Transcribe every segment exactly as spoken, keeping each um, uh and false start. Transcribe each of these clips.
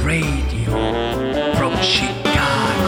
Radio from Chicago.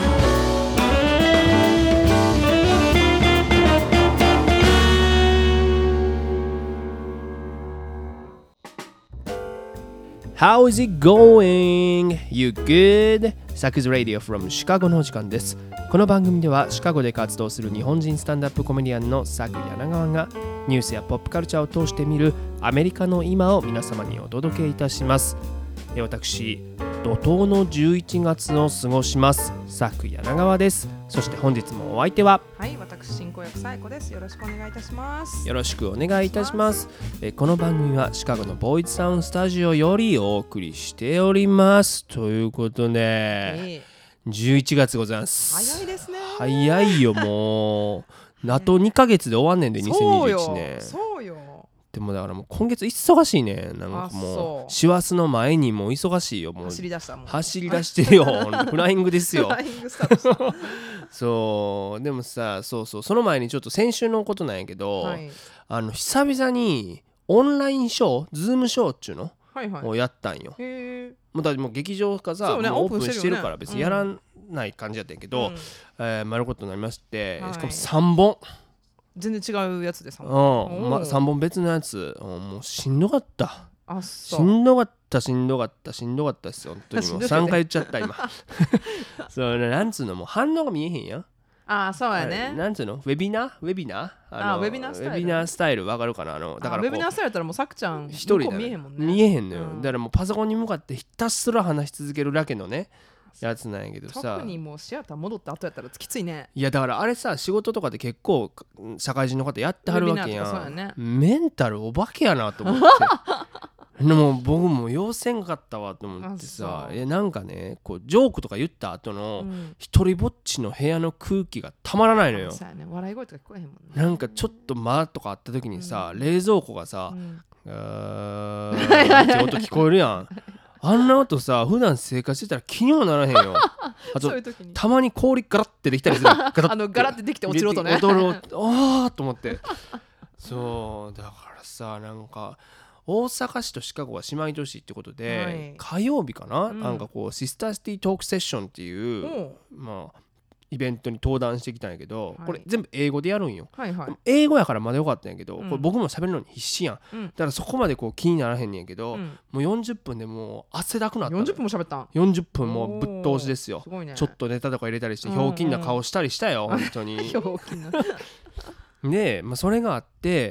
How is it going? You good? サクズ Radio from Chicago のお時間です。この番組ではシカゴで活動する日本人スタンダップコメディアンのサク柳川がニュースやポップカルチャーを通して見るアメリカの今を皆様にお届けいたします。私、怒涛のじゅういちがつを過ごしますサク柳川です。そして本日もお相手ははい、私進行役サイコです。よろしくお願いいたします。 よろしくお願いいたします。えこの番組はシカゴのボーイズサウンスタジオよりお送りしておりますということで、えー、じゅういちがつございます。 早いですね。 早いよもうあとにかげつで終わんねんでにせんにじゅういちねん。 そうよ。 でもだからもう今月忙しいね。なんかもう師走の前にもう忙しいよ。もう走り出したもん。 走り出してるよ。フライングですよ。 フライングスタートした。 そうでもさ、そうそうその前にちょっと先週のことなんやけど、はい、あの久々にオンラインショー、ズームショーっちゅうの、はいはい、をやったんよ。へもうだもう劇場がさ、ね、もうオープンしてるから別にやらない感じやったんやけど、うんえー、まることになりまして、はい、しかもさんぼん。 全然違うやつでさんぼん、 うんま、さんぼん別のやつ、うん、もうしんどかった。 あそうしんどかったしんどかったしんどかったですよ本当にもうさんかい言っちゃった今そうね、なんつうのもう反応が見えへんやん。 ああそうやね。 なんつうのウェビナーウェビナーあウェビナースタイルウェビナースタイルわかるかな。あのだからウェビナースタイルやったらもうさくちゃん一人で見えへんもんね。 見えへんのよ、うん、だからもうパソコンに向かってひたすら話し続けるだけのねやつなんやけどさ。 特にもうシアター戻った後やったらきついね。 いやだからあれさ仕事とかで結構社会人の方やってはるわけやん、ね、メンタルお化けやなと思ってでも僕も要せんかったわと思ってさ、えなんかねこうジョークとか言った後の一人ぼっちの部屋の空気がたまらないのよ、うんそうやね、笑い声とか聞こえへんもんね。 なんかちょっと間とかあった時にさ、うん、冷蔵庫がさ、うん、あーって音聞こえるやんあんな音さ普段生活してたら気にもならへんよあとたまに氷ガラッてできたりするガラッてあのガラッてできて落ちる音ね踊る音あーと思ってそうだからさなんか大阪市とシカゴは姉妹都市ってことで、はい、火曜日かな、うん、なんかこうシスターシティトークセッションっていう、まあイベントに登壇してきたんやけど、はい、これ全部英語でやるんよ、はいはい、英語やからまだよかったんやけど、うん、これ僕も喋るのに必死やん、うん、だからそこまでこう気にならへんねんけど、うん、もうよんじゅっぷんでもう汗だくなったの。 よんじゅっぷんも喋ったん。 よんじゅっぷんもうぶっ通しですよ。すごいね、ちょっとネタとか入れたりしてひょうきんな顔したりしたよ、うんうん、本当にひょうきんなで、まあ、それがあって、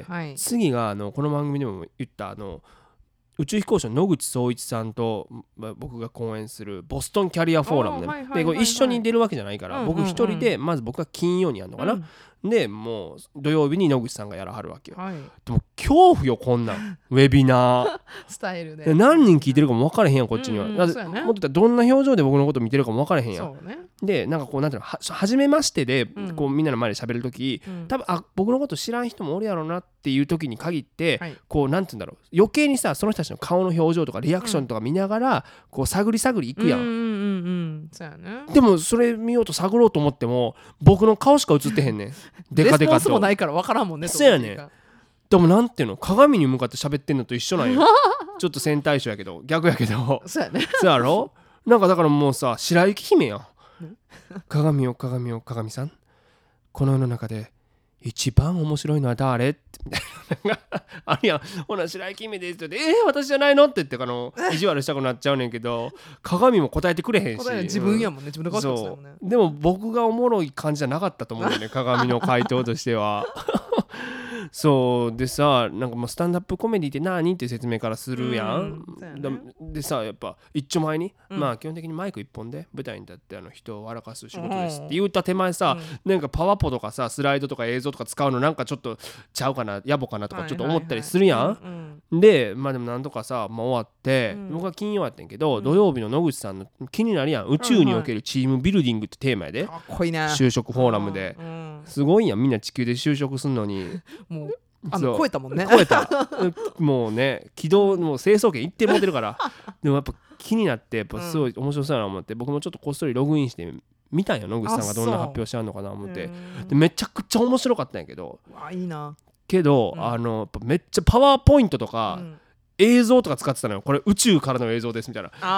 はい、次があのこの番組でも言ったあの宇宙飛行士の野口聡一さんと、まあ、僕が講演するボストンキャリアフォーラムで、はいはいはいはい、で一緒に出るわけじゃないから、うんうんうん、僕一人でまず僕は金曜にやるのかな、うん、でもう土曜日に野口さんがやらはるわけよ、はい、でも恐怖よこんなんウェビナースタイルで何人聞いてるかも分からへんやんこっちには、うんうん、だって、ね、もっと言ったらどんな表情で僕のこと見てるかも分からへんやん。そうね、でなんかこうなんていうのは初めましてで、うん、こうみんなの前で喋るとき、うん、多分あ僕のこと知らん人もおるやろうなっていう時に限って、はい、こうなんていうんだろう余計にさその人たちの顔の表情とかリアクションとか見ながら、うん、こう探り探りいくやん、うんうんうん、そうやね、でもそれ見ようと探ろうと思っても僕の顔しか映ってへんねんデカデカとレスポンスもないから分からんもんね。 そうやねん。でもなんていうの鏡に向かって喋ってんのと一緒なんよちょっと戦隊書やけど逆やけどそうやねそうやろ。なんかだからもうさ白雪姫やん鏡よ鏡よ鏡さんこの世の中で一番面白いのは誰ってみたいなあるやん。ほな白雪姫ですってえー、私じゃないのって言ってあの意地悪したくなっちゃうねんけど鏡も答えてくれへんし自分やもんね、自分の顔してたもんね。 でも僕がおもろい感じじゃなかったと思うんだよね鏡の回答としてはそうでさなんかもうスタンダップコメディって何って説明からするやん、うんね、でさやっぱ一丁前に、うん、まあ基本的にマイク一本で舞台に立ってあの人を笑かす仕事ですって言った手前さ、うん、なんかパワポとかさスライドとか映像とか使うのなんかちょっとちゃうかな野暮かなとかちょっと思ったりするやん。でまあでもなんとかさ、まあ、終わって、うん、僕は金曜やってんけど、うん、土曜日の野口さんの気になるやん宇宙におけるチームビルディングってテーマやで、 かっこいいね、 就職フォーラムで、うん、すごいやんみんな地球で就職すんのにもうあの超えたもんね超えたもうね軌道もう成層圏行って持ってるからでもやっぱ気になってやっぱすごい面白そうやなと思って、うん、僕もちょっとこっそりログインして見たんよ野口さんがどんな発表してあるのかなと思ってでめちゃくちゃ面白かったんやけどわいいなけど、うん、あのやっぱめっちゃパワーポイントとか、うん、映像とか使ってたのよ。これ宇宙からの映像ですみたいな。 あ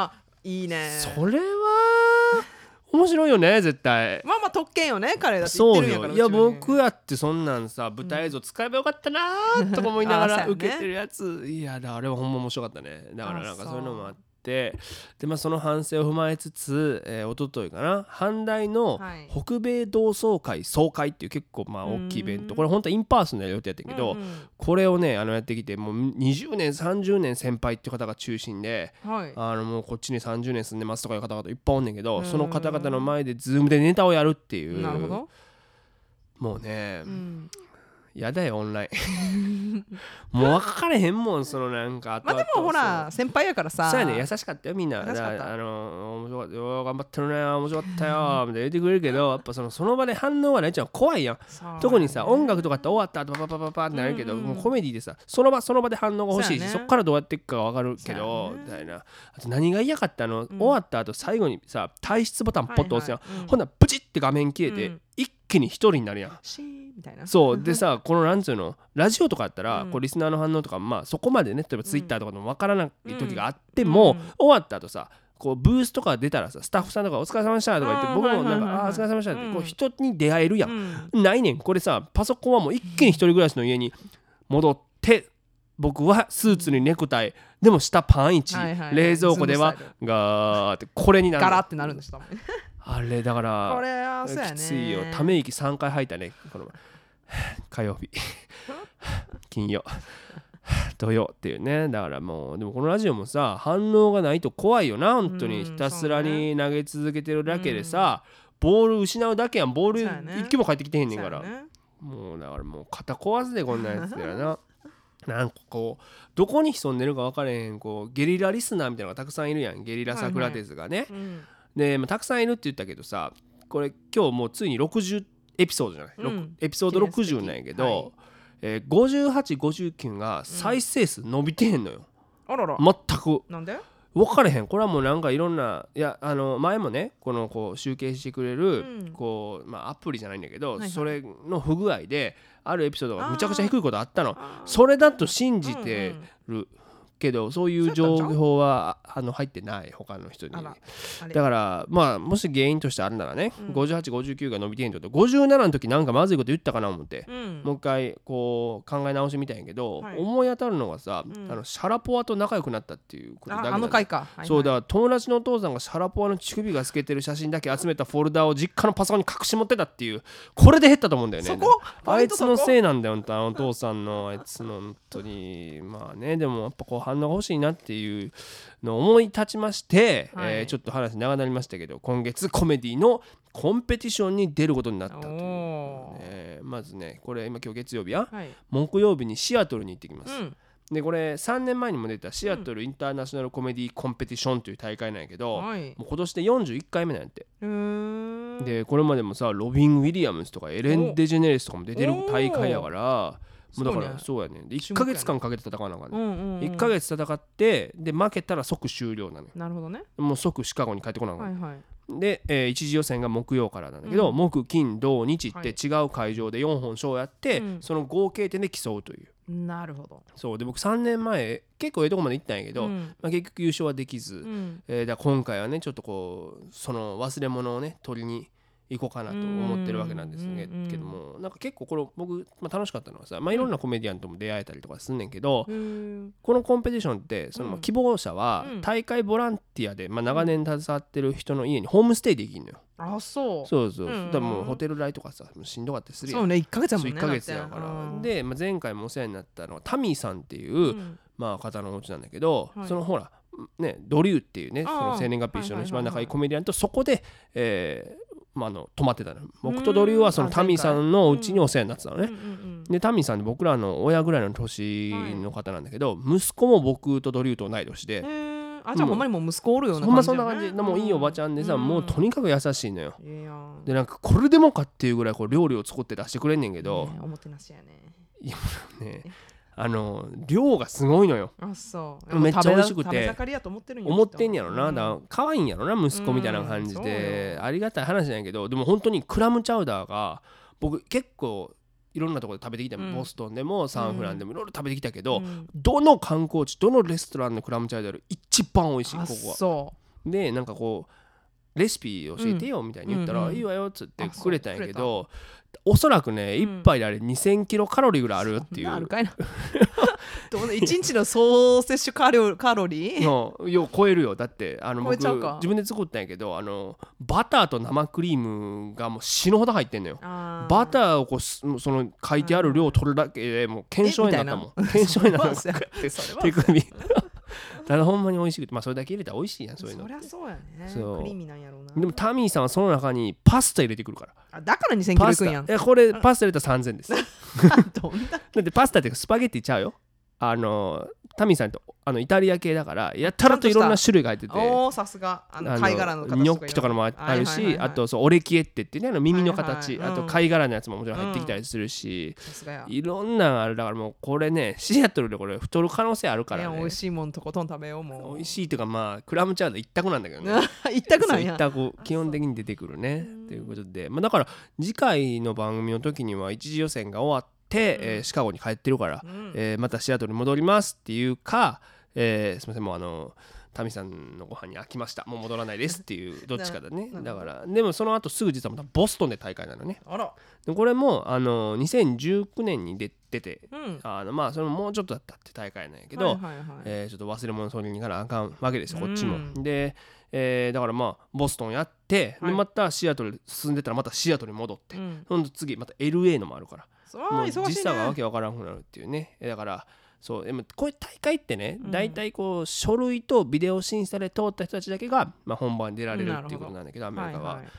いいね。 それは面白いよね絶対。 まあまあ特権よね彼だって言ってるんやから。 そうよ。いや僕やってそんなんさ舞台映像使えばよかったなーとか思いながら受けてるやつ、うん、いやだあれはほんま面白かったね。だからなんかそういうのもあって、でまあその反省を踏まえつつ、えー、一昨日かな阪大の北米同窓会総会っていう結構まあ大きいイベント、これ本当はインパーソンでやる予定やったけど、うんうん、これをねあのやってきてもうにじゅうねんさんじゅうねん先輩っていう方が中心で、はい、あのもうこっちにさんじゅうねん住んでますとかいう方々いっぱいおんねんけど、その方々の前でズームでネタをやるっていう。 なるほど。 もうね、うん、やだよオンラインもう分かれへんもんそのなんかまあでもほら先輩やからさ。 そうやね優しかったよみんな。 優しかった。 あの面白かったよ頑張ってるね面白かったよみたいな言ってくれるけどやっぱそのその場で反応はねちゃん怖いやん。特にさ音楽とかって終わった後パパパパパってなるけど、うんうん、もうコメディでさその場その場で反応が欲しいし そ,、ね、そっからどうやっていくかが分かるけど、みたいな。あと何が嫌かったの、うん、終わった後最後にさ退出ボタンポッと押すやん、はいはい、うん、ほんならプチって画面消えて、うん、一気に一人になるやん。 みたいな。 そうでさこのなんつうのラジオとかあったら、うん、こうリスナーの反応とかまあそこまでね例えばツイッターとかでも分からない時があっても、うんうん、終わった後さこうブースとか出たらさスタッフさんとかお疲れ様でしたとか言って僕もなんかあお疲れ様でしたってこう人に出会えるやん、うん、ないねんこれさパソコンはもう一気に一人暮らしの家に戻って僕はスーツにネクタイでも下パンいち、はいはい、冷蔵庫ではガーってこれになるガラってなるんでしたあれだからこれはそうやねきついよ。ため息さんかい吐いたねこの火曜日金曜土曜っていうね。だからもうでもこのラジオもさ反応がないと怖いよな本当に。ひたすらに投げ続けてるだけでさ、うん、ボール失うだけやん。ボール一球も返ってきてへんねんから、ね、もうだからもう肩壊すでこんなやつだよななんかこうどこに潜んでるか分からへんこうゲリラリスナーみたいなのがたくさんいるやん。ゲリラサクラテスがね、はいはい、うん、で、まあ、たくさんいるって言ったけどさこれ今日もうついにろくじゅうエピソードじゃない、うん、エピソードろくじゅうなんやけど、はい、えー、ごじゅうはち、ごじゅうきゅうが再生数伸びてへんのよ、 うん、あらら全くなんで分かれへん。これはもうなんかいろんないやあの前もねこのこう集計してくれる、うん、こうまあアプリじゃないんだけど、はいはい、それの不具合であるエピソードがむちゃくちゃ低いことあったの。それだと信じてる、うんうん、けどそういう情報はあの入ってない他の人に。だからまあもし原因としてあるならね、うん、ごじゅうはち、ごじゅうきゅうが伸びてへんってことごじゅうななの時なんかまずいこと言ったかな思って、うん、もう一回こう考え直してみたんやけど、はい、思い当たるのがさ、うん、あのシャラポワと仲良くなったっていうことだけだ、ね、 あ, あの回か、はいはい、 そうだから友達のお父さんがシャラポワの乳首が透けてる写真だけ集めたフォルダを実家のパソコンに隠し持ってたっていうこれで減ったと思うんだよね。 そこあいつのせいなんだよ本当あのお父さんのあいつの本当にまあねでもやっぱこう反応が欲しいなっていうのを思い立ちまして、はい、えー、ちょっと話長くなりましたけど今月コメディのコンペティションに出ることになったという、ね、まずねこれ今今日月曜日や、はい、木曜日にシアトルに行ってきます、うん、でこれさんねんまえにも出たシアトルインターナショナルコメディコンペティションという大会なんやけど、はい、もう今年でよんじゅういっかいめなんやって。うーんでこれまでもさロビン・ウィリアムズとかエレン・デジェネレスとかも出てる大会やからもうだからそうやねでいっかげつかんかけて戦わなあかんね、うんうんうん、いっかげつ戦ってで負けたら即終了なのよ。 なるほどね。 もう即シカゴに帰ってこなあかん、 はいはい、 で、えー、一次予選が木曜からなんだけど、うん、木金土日って違う会場でよんほんショーやって、はい、その合計点で競うという。 なるほど。 そうで僕さんねんまえ結構ええとこまで行ったんやけど、うんまあ、結局優勝はできず、うんえー、だから今回はねちょっとこうその忘れ物をね取りに行こうかなと思ってるわけなんですね、うんうん、けどもなんか結構これ僕、まあ、楽しかったのはさ、まあ、いろんなコメディアンとも出会えたりとかすんねんけど、うん、このコンペティションってその希望者は大会ボランティアで、まあ、長年携わってる人の家にホームステイできるのよ。 あそうそうそう、うん、だからもうホテル代とかさしんどかったりするやん。 そうねいっかげつやもんね。 いっかげつやから。で、まあ、前回もお世話になったのはタミーさんっていう、うんまあ、方のお家なんだけど、はい、そのほらねドリューっていうねその生年月日一緒の一番仲いいコメディアンとそこで、えーまあ、あの泊まってたの。僕とドリューはそのタミーさんのお家にお世話になってたのね、うんうんうん、でタミーさんって僕らの親ぐらいの年の方なんだけど、はい、息子も僕とドリューと同い年であじゃあほんまにもう息子おるような感じ、ね、ほんまそんな感じでもういいおばちゃんでさ、うん、もうとにかく優しいのよ。でなんかこれでもかっていうぐらいこう料理を作って出してくれんねんけど、 ね、おもてなしやね。 いやねあの量がすごいのよ。 あそうめっちゃ美味しくて食べ盛りやと思ってるんや思ってんやろな、うん、だから可愛いんやろな息子みたいな感じで、うん、ありがたい話なんやけどでも本当にクラムチャウダーが僕結構いろんなところで食べてきた、うん、ボストンでもサンフランでもいろいろ食べてきたけど、うん、どの観光地どのレストランのクラムチャウダーより一番美味しい。ここはそでなんかこうレシピ教えてよみたいに言ったら、うんうん、いいわよっつってくれたんやけど、おそらくね、うん、一杯であれにせんキロカロリーぐらいあるっていう。 あるかいな。いちにちの総摂取カロカロリーのよう超えるよ。だってあの僕自分で作ったんやけど、あのバターと生クリームがもう死ぬほど入ってんのよ。バターをこうその書いてある量を取るだけでもう腱鞘炎になったもん。腱鞘炎になった手首。ただほんまに美味しくて、まあそれだけ入れたら美味しいやん、そういうの。 そりゃそうやね。 そうクリーミーなんやろうな。 でもタミーさんはその中にパスタ入れてくるから。 あ、だからにせんキロいくんやん。 いやこれパスタ入れたらさんぜんです。 どんだだってパスタってスパゲッティちゃうよ。あのタミーさんとあのイタリア系だからやったらといろんな種類が入ってて、 おーさすがあの貝殻の形ニョッキとかのもあるし、あとそうオレキエッテってね、あの耳の形、 はいはいはい、 あと貝殻のやつももちろん入ってきたりするし、うん、いろんなのある。だからもうこれねシアトルでこれ太る可能性あるからね。 美味しいもんとことん食べよう。もう美味しいというかまあクラムチャウダー一択なんだけどね。 一択なんや。 一択基本的に出てくるねということで、まあ、だから次回の番組の時には一次予選が終わって、うん、えー、シカゴに帰ってるから、うん、えー、またシアトルに戻りますっていうか、えー、すみませんもうあのタミさんのご飯に飽きましたもう戻らないですっていうどっちかだね。だからでもその後すぐ実はまたボストンで大会なのね。 あらでこれもあのにせんじゅうきゅうねんに出てて、うん、あのまあそれももうちょっとだったって大会なんやけど、はいはいはい、えー、ちょっと忘れ物取りに行かなあかんわけですよこっちも、うん、で、えー、だからまあボストンやって、はい、でまたシアトル進んでたらまたシアトルに戻って、うん、その次また エルエー のもあるからもう時差がわけわからんくなるっていうね。だからそうでもこういう大会ってね、だいたいこう書類とビデオ審査で通った人たちだけが、まあ、本番に出られるっていうことなんだけど、アメリカは、はいはい、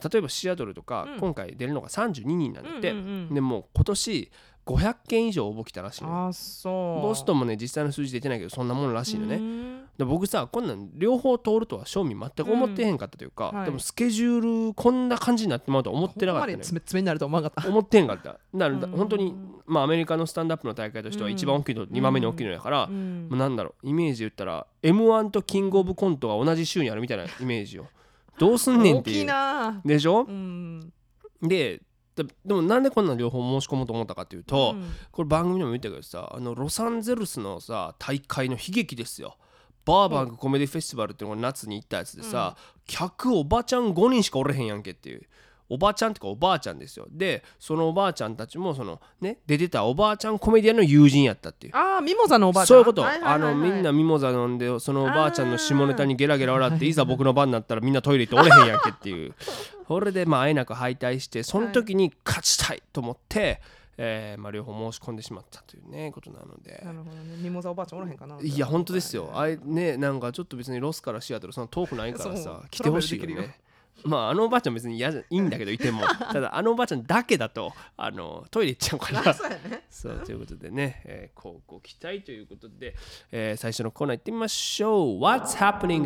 例えばシアトルとか、うん、今回出るのがさんじゅうににんなんだって、うんうんうん、でもう今年ごひゃくけん以上応募来たらしいの。 あ、そうボストンもね実際の数字出てないけどそんなもんらしいのね。で僕さこんなん両方通るとは正味全く思ってへんかったというか、うん、はい、でもスケジュールこんな感じになってまうとは思ってなかったね。 ここまで詰め詰めになると思わなかった。 思ってへんかった。だから本当にまあアメリカのスタンダップの大会としては一番大きいの、うん、にばんめに大きいのやから、うん、もうなんだろうイメージで言ったら エムワン とキングオブコントが同じ週にあるみたいなイメージよ。どうすんねんっていう。大きいなでしょ、うん、でで, でもなんでこんな両方申し込もうと思ったかっていうと、うん、これ番組でも言ったけどさあのロサンゼルスのさ大会の悲劇ですよ。バーバンクコメディフェスティバルっていうのが夏に行ったやつでさ、うん、客おばちゃんごにんしかおれへんやんけっていう。おばちゃんってかおばあちゃんですよ。でそのおばあちゃんたちもそのね出てたおばあちゃんコメディアンの友人やったっていう。 ああミモザのおばあちゃん。 そういうこと、はいはいはいはい、あのみんなミモザ飲んでそのおばあちゃんの下ネタにゲラゲラ笑っていざ僕の番になったらみんなトイレ行っておれへんやんけっていうそれでまああえなく敗退してその時に勝ちたいと思って、はい、えーまあ、両方申し込んでしまったというねことなので。 なるほどね。ミモザおばあちゃんおらへんかな。 いや本当ですよ。あれねなんかちょっと別にロスからシアトルその遠くないからさ来てほしいよね。まああのおばあちゃん別に嫌じゃいいんだけどいてもただあのおばあちゃんだけだとあのトイレ行っちゃうからそうやね。 そうということでね、えー、こうご期待ということで、えー、最初のコーナー行ってみましょう。 What's happening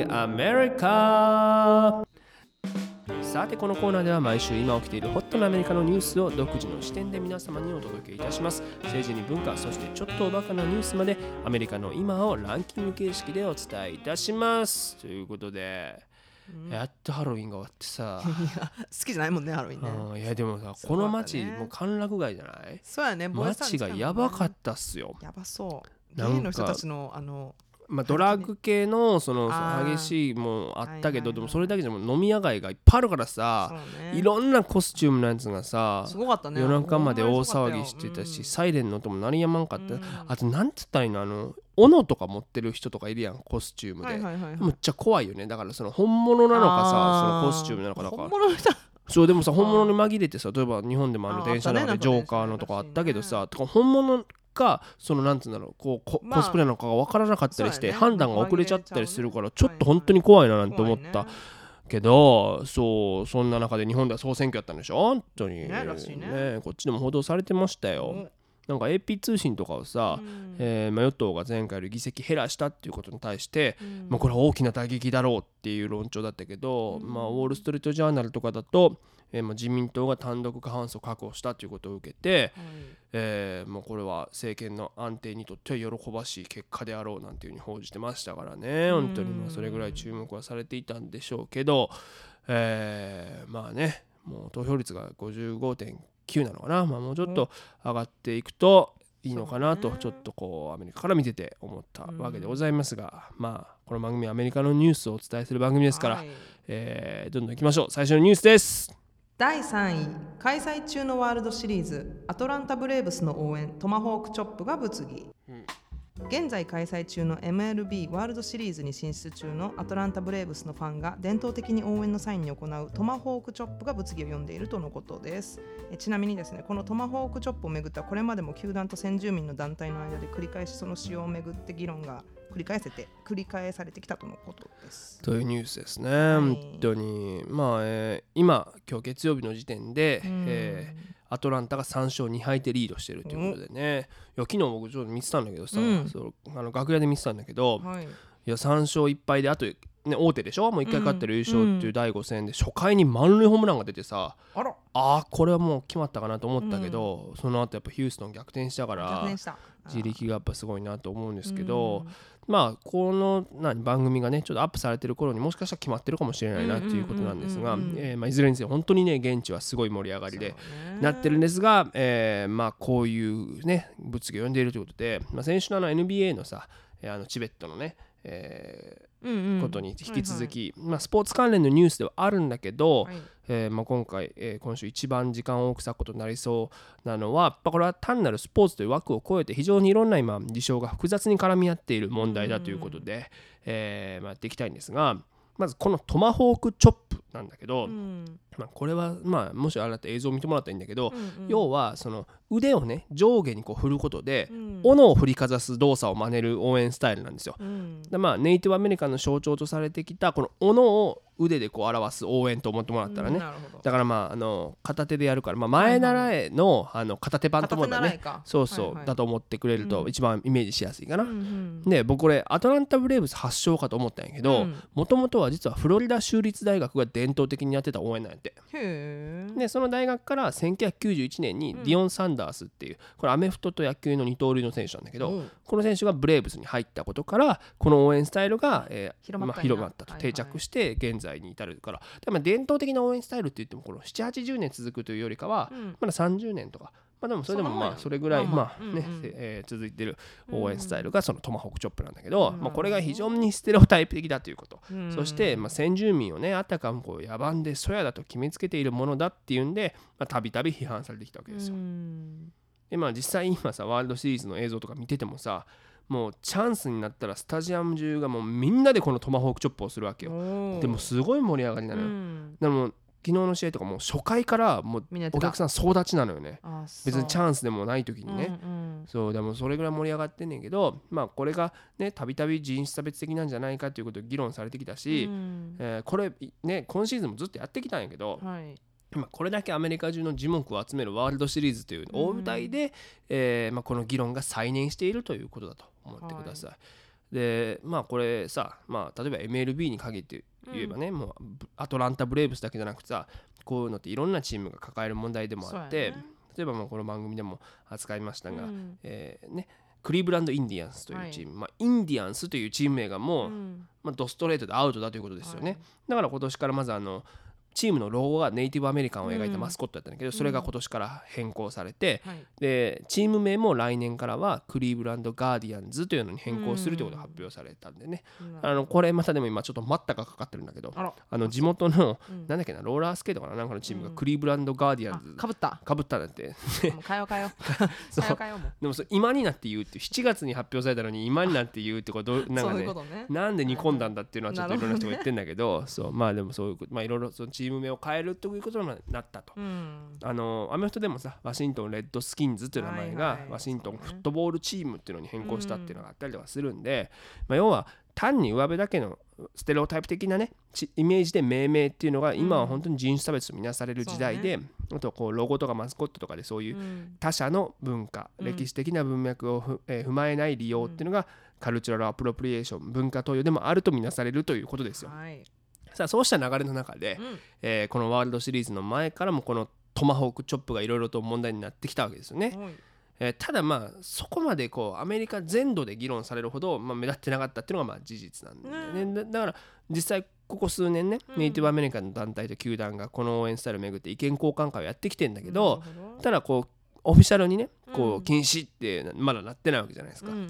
America。さてこのコーナーでは毎週今起きているホットなアメリカのニュースを独自の視点で皆様にお届けいたします。政治に文化そしてちょっとおバカなニュースまでアメリカの今をランキング形式でお伝えいたしますということで、うん、やっとハロウィンが終わってさいや好きじゃないもんねハロウィンね。 うん、いやでもさこの街、ね、もう歓楽街じゃない。 そうやね。 街がやばかったっすよ。 やばそう。ゲイの人たちのあのまあ、ドラッグ系のその激しいもあったけど、でもそれだけじゃもう飲み屋街がいっぱいあるからさ、いろんなコスチュームのやつがさすごかったね。 夜中まで大騒ぎしてたし、サイレンの音も鳴りやまんかった。あとなんて言ったらいいの、あの斧とか持ってる人とかいるやんコスチュームで、むっちゃ怖いよね。だからその本物なのかさそのコスチュームなのかだから本物の人そうでもさ本物に紛れてさ例えば日本でもあの電車の中でジョーカーのとかあったけどさとか本物かそのなんつうんだろうこう コ,、まあ、コスプレなのかが分からなかったりして、ね、判断が遅れちゃったりするからちょっと本当に怖いななんて思ったけど、そうそんな中で日本では総選挙やったんでしょ本当に ね, ね, ねこっちでも報道されてましたよ、うん、なんか エーピー 通信とかをさ、うんえーまあ、与党が前回より議席減らしたっていうことに対して、うんまあ、これは大きな打撃だろうっていう論調だったけど、うんまあ、ウォールストリートジャーナルとかだとえーまあ、自民党が単独過半数を確保したということを受けて、はいえーまあ、これは政権の安定にとっては喜ばしい結果であろうなんていうふうに報じてましたからね。本当にまあそれぐらい注目はされていたんでしょうけど、えー、まあねもう投票率が ごじゅうごてんきゅう なのかな、まあ、もうちょっと上がっていくといいのかなとちょっとこうアメリカから見てて思ったわけでございますが、うん、まあこの番組はアメリカのニュースをお伝えする番組ですから、はい、えー、どんどんいきましょう。最初のニュースです。 だいさんい、開催中のワールドシリーズアトランタブレーブスの応援トマホークチョップが物議、うん、現在開催中の エムエルビー ワールドシリーズに進出中のアトランタブレーブスのファンが伝統的に応援の際に行うトマホークチョップが物議を呼んでいるとのことです。えちなみにですね、このトマホークチョップをめぐってはこれまでも球団と先住民の団体の間で繰り返しその使用をめぐって議論が繰り返せて繰り返されてきたとのことです。 というニュースですね、はい、本当にまあ、えー、今今日月曜日の時点で、えー、アトランタがさん勝に敗でリードしてるということでね、いや昨日僕ちょっと見てたんだけどさ、うん、そうあの楽屋で見てたんだけど、はい、いやさん勝いっ敗であと、ね、大手でしょ、もういっかい勝ってる優勝っていうだいご戦で初回に満塁ホームランが出てさ、あらあこれはもう決まったかなと思ったけど、うん、その後やっぱヒューストン逆転したから自力がやっぱすごいなと思うんですけど、うん、まあこの何番組がねちょっとアップされてる頃にもしかしたら決まってるかもしれないなっていうことなんですが、いずれにせよ本当にね現地はすごい盛り上がりでなってるんですが、えー、まあこういうね物議を呼んでいるということで、まあ、先週のあの エヌビーエー のさあのチベットのね、えーうんうん、ことに引き続き、はいはい、まあ、スポーツ関連のニュースではあるんだけど、はい、えーまあ、今回、えー、今週一番時間を多く割くことになりそうなのはやっぱこれは単なるスポーツという枠を超えて非常にいろんな今事象が複雑に絡み合っている問題だということで、うんえーまあ、やっていきたいんですが、まずこのトマホークチョップなんだけど、うんまあ、これは、まあ、もしあれだったら映像を見てもらったらいいんだけど、うんうん、要はその腕をね上下にこう振ることで、うん、斧を振りかざす動作を真似る応援スタイルなんですよ、うん、でまあ、ネイティブアメリカンの象徴とされてきたこの斧を腕でこう表す応援と思ってもらったらね、うん、だからまああの片手でやるから、まあ、前習え の,、はいはい、あの片手版ともだねそうそう、はいはい、だと思ってくれると一番イメージしやすいかな、うん、で僕これアトランタブレーブス発祥かと思ったんやけどもともとは実はフロリダ州立大学が伝統的にやってた応援なんやって。へでその大学からせんきゅうひゃくきゅうじゅういちねんにディオン・サンダースっていう、これアメフトと野球の二刀流の選手なんだけど、うん、この選手がブレーブスに入ったことからこの応援スタイルが、えー広まった、まあ、広まったと定着して現在に至るから、でも伝統的な応援スタイルって言ってもこのななじゅうはちじゅうねん続くというよりかは、うん、まださんじゅうねんとか、まあ、でもそれでもまあそれぐらいまあねえ続いてる応援スタイルがそのトマホークチョップなんだけど、まあこれが非常にステレオタイプ的だということ、そしてまあ先住民をねあたかもこう野蛮でそやだと決めつけているものだっていうんでたびたび批判されてきたわけですよ。でまあ実際今さワールドシリーズの映像とか見ててもさ、もうチャンスになったらスタジアム中がもうみんなでこのトマホークチョップをするわけよ。でもすごい盛り上がりなのよ。でも昨日の試合とかもう初回からもうお客さん総立ちなのよね。別にチャンスでもない時にね、うんうん、そうでもそれぐらい盛り上がってんねんけど、まあこれがねたびたび人種差別的なんじゃないかということを議論されてきたし、うんえー、これね今シーズンもずっとやってきたんやけど、はいまあ、これだけアメリカ中の耳目を集めるワールドシリーズという大舞台で、うんえーまあ、この議論が再燃しているということだと思ってください。はいでまあこれさ、まあ、例えば エムエルビー に限って言えばね、うん、もうアトランタブレーブスだけじゃなくてさ、こういうのっていろんなチームが抱える問題でもあって、ね、例えばまあこの番組でも扱いましたが、うんえーね、クリーブランドインディアンスというチーム、はいまあ、インディアンスというチーム名がもう、うんまあ、ドストレートでアウトだということですよね、はい、だから今年からまずあのチームのロゴがネイティブアメリカンを描いたマスコットだったんだけど、うん、それが今年から変更されて、うん、でチーム名も来年からはクリーブランドガーディアンズというのに変更するということが発表されたんでね、うん、あのこれまたでも今ちょっと待ったがかかってるんだけど、ああの地元の、うん、なんだっけなローラースケートかななんかのチームがクリーブランドガーディアンズ、 かぶったかぶったなんてもうかよかよそうかよもでもそ今になって言うってしちがつに発表されたのに今になって言うってことなんか ね, ううねなんで煮込んだんだっていうのはちょっといろんな人が言ってんだけどそうまあでもそういうまあいろいろそのチーム名を変えるということになったと、うん、あのアメフトでもさワシントンレッドスキンズという名前が、はいはい、ワシントンフットボールチームっていうのに変更したっていうのがあったりとかするんで、うんまあ、要は単に上辺だけのステレオタイプ的なねイメージで命名っていうのが今は本当に人種差別とみなされる時代で、うんね、あとこうロゴとかマスコットとかでそういう他者の文化、うん、歴史的な文脈をふ、えー、踏まえない利用っていうのがカルチュラルアプロプリエーション文化投与でもあるとみなされるということですよ、はいさあそうした流れの中で、うんえー、このワールドシリーズの前からもこのトマホークチョップがいろいろと問題になってきたわけですよね、はいえー、ただまあそこまでこうアメリカ全土で議論されるほど、まあ、目立ってなかったっていうのがまあ事実なんだよね、うん、だ, だから実際ここ数年ね、うん、ネイティブアメリカンの団体と球団がこの応援スタイルをめぐって意見交換会をやってきてんだけど、ただこうオフィシャルにねこううん禁止ってまだなってないわけじゃないですか、 うんうんうん、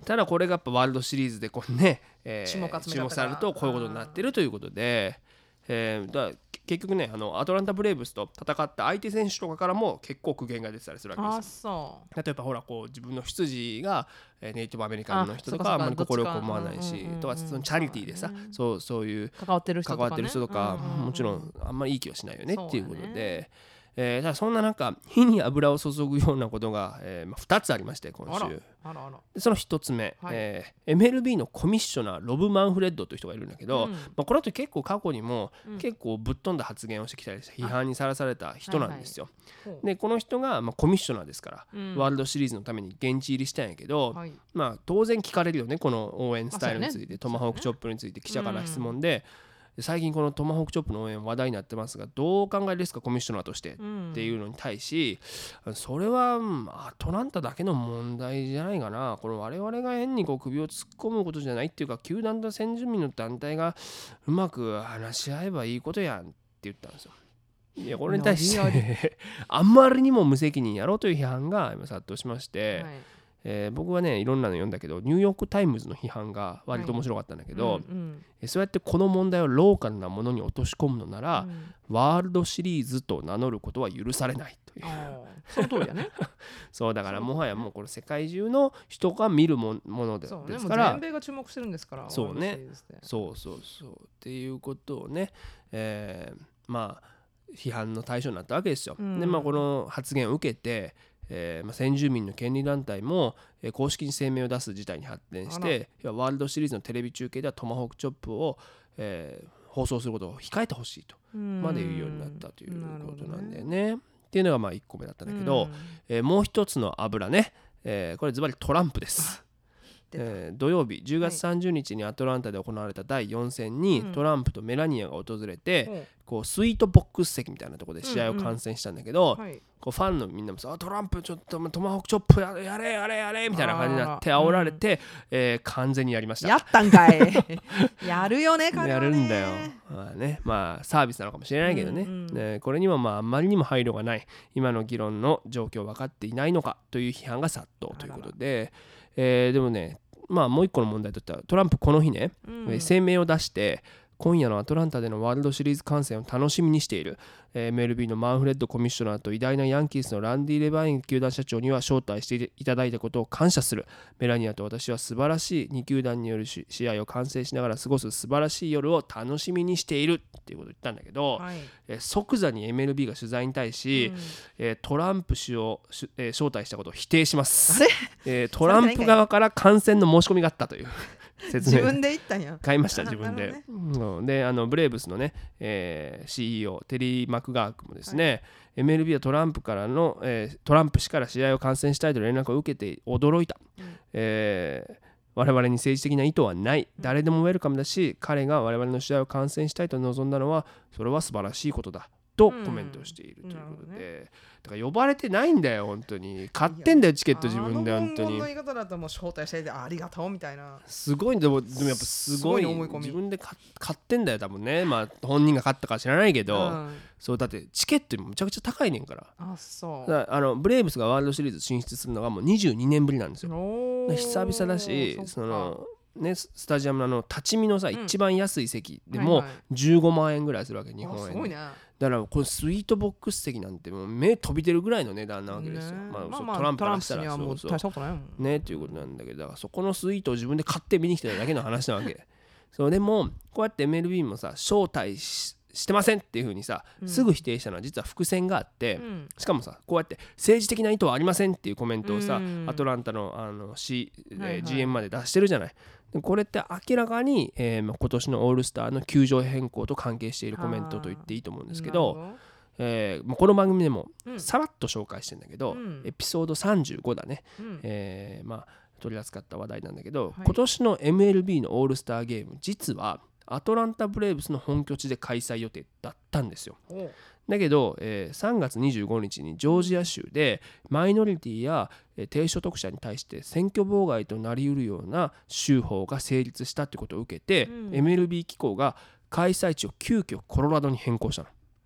ただこれがやっぱワールドシリーズでこうね、えー、 注目集めたから注目されるとこういうことになってるということで、えー、だ結局ねあのアトランタブレーブスと戦った相手選手とかからも結構苦言が出てたりするわけですよ。 あそう例えばほらこう自分の出自がネイティブアメリカンの人とかはあんまり快く思わないし、とかそのチャリティーでさ、そうそういう関わってる人とか、ね、 関わってる人とか、 うんうんうん、 もちろんあんまりいい気はしないよねっていうことそうだで、 ねえー、ただそんななんか火に油を注ぐようなことが、えーまあ、ふたつありまして今週。 あらあらあらでそのひとつめ、 はいえー、エムエルビー のコミッショナーロブ・マンフレッドという人がいるんだけど、 うんまあ、この人結構過去にもうん結構ぶっ飛んだ発言をしてきたりして批判にさらされた人なんですよ。 ほうでこの人が、まあ、コミッショナーですから、 うんワールドシリーズのために現地入りしたんやけど、 はいまあ、当然聞かれるよねこの応援スタイルについて、 まあそうねトマホークチョップについて記者から質問で、で最近このトマホークチョップの応援話題になってますがどうお考えですかコミッショナーとしてっていうのに対し、それは、うん、アトランタだけの問題じゃないかな、この我々が変にこう首を突っ込むことじゃないっていうか、球団と先住民の団体がうまく話し合えばいいことやんって言ったんですよ。いやこれに対してあんまりにも無責任やろという批判が今殺到しまして、 はいえー、僕はねいろんなの読んだけどニューヨークタイムズの批判が割と面白かったんだけど、 うんうんそうやってこの問題をローカルなものに落とし込むのなら、 うんワールドシリーズと名乗ることは許されないというあーその通りやねそうだからもはやもうこれ世界中の人が見るもものでそうね、 ですからもう全米が注目してるんですからそうねワールドシリーズでそうそうそうっていうことをね、えー、まあ批判の対象になったわけですよ。 うんでまあこの発言を受けて、えーまあ、先住民の権利団体も、えー、公式に声明を出す事態に発展していやワールドシリーズのテレビ中継ではトマホークチョップを、えー、放送することを控えてほしいとまで言うようになったということなんだよね。っていうのがまあいっこめだったんだけど、 うんえー、もう一つの油ね、えー、これズバリトランプです。えー、土曜日じゅうがつさんじゅうにちにアトランタで行われただいよん戦にトランプとメラニアが訪れて、 うんこうスイートボックス席みたいなところで試合を観戦したんだけど、 はいこうファンのみんなもさトランプちょっとトマホークチョップやれやれやれやれみたいな感じになって煽られて、えー完全にやりました。 やったんかいやるよね彼はねやるんだよ。まあね、まあサービスなのかもしれないけどね。 うんうんねこれにはまああんまりにも配慮がない、今の議論の状況分かっていないのかという批判が殺到ということで、えーでもね、まあもう一個の問題としてはトランプこの日ね、 うんえー声明を出して今夜のアトランタでのワールドシリーズ観戦を楽しみにしている、えー、エムエルビー のマンフレッドコミッショナーと偉大なヤンキースのランディ・レバイン球団社長には招待していただいたことを感謝する。メラニアと私は素晴らしいに球団による試合を観戦しながら過ごす素晴らしい夜を楽しみにしているっていうことを言ったんだけど、 はいえー即座に エムエルビー が取材に対し、 うんえートランプ氏を、えー招待したことを否定しますあれ。 えートランプ側から観戦の申し込みがあったという説明自分で言ったんや買いましたあ自分で、 なるうんであのブレーブスのね、えーシーイーオー テリー・マクガークもですね、はい、エムエルビー はトランプからの、えートランプ氏から試合を観戦したいと連絡を受けて驚いた、 うんえー我々に政治的な意図はない、誰でもウェルカムだし、彼が我々の試合を観戦したいと望んだのはそれは素晴らしいことだとコメントをしているということで、うんね、だから呼ばれてないんだよ本当に。買ってんだよチケット自分で本当に。 あの文言の言い方だともう招待してありがとうみたいな。 すごいんでもでもやっぱすごい自分で買ってんだよ多分ね。まあ本人が買ったか知らないけど、うん、そうだってチケットむちゃくちゃ高いねんから。 あそうだあのブレーブスがワールドシリーズ進出するのがもうにじゅうにねんぶりなんですよ。久々だしそのね、スタジアムのあの立ち見のさ、うん、一番安い席でもじゅうごまんえんぐらいするわけ、日本円で。すごいね。だからこのスイートボックス席なんてもう目飛び出るぐらいの値段なわけですよ。ねまあまあまあ、トランプからしたらそうそうねっていうことなんだけど、だからそこのスイートを自分で買って見に来てるだけの話なわけ。そうでもこうやって エムエルビー もさ招待ししてませんっていう風にさ、うん、すぐ否定したのは実は伏線があって、うん、しかもさこうやって政治的な意図はありませんっていうコメントをさ、うん、アトランタの、あの、C はいはい、ジーエム まで出してるじゃない。これって明らかに、えーまあ、今年のオールスターの球場変更と関係しているコメントと言っていいと思うんですけど、えーまあ、この番組でもさらっと紹介してるんだけど、うん、エピソードさんじゅうごだね、うんえーまあ、取り扱った話題なんだけど、はい、今年の エムエルビー のオールスターゲーム実はアトランタブレーブスの本拠地で開催予定だったんですよ。だけど、えー、さんがつにじゅうごにちにジョージア州でマイノリティや、えー、低所得者に対して選挙妨害となりうるような州法が成立したということを受けて、うん、エムエルビー 機構が開催地を急遽コロラドに変更したの。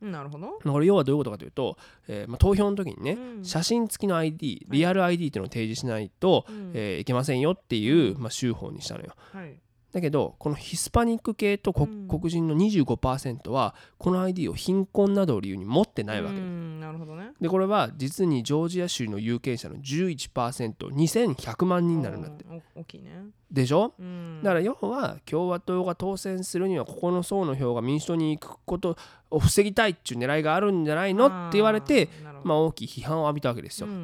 なるほど。 これ要はどういうことかというと、えーまあ、投票の時にね、 うん、 写真付きの アイディー、リアル アイディー っていうのを提示しないと、 うん、 えーいけませんよっていう、まあ、州法にしたのよ。 はい、 だけどこのヒスパニック系と黒、うん、黒人の にじゅうごパーセント はこの アイディー を貧困などを理由に持ってないわけ、うん、 なるほどね。でこれは実にジョージア州の有権者の じゅういちパーセント、にせんひゃくまんにんになるんだって。 大きいね。 でしょ、 うん、 だから要は共和党が当選するにはここの層の票が民主党に行くことを防ぎたいっていう狙いがあるんじゃないのって言われて、まあ、大きい批判を浴びたわけですよ、うん、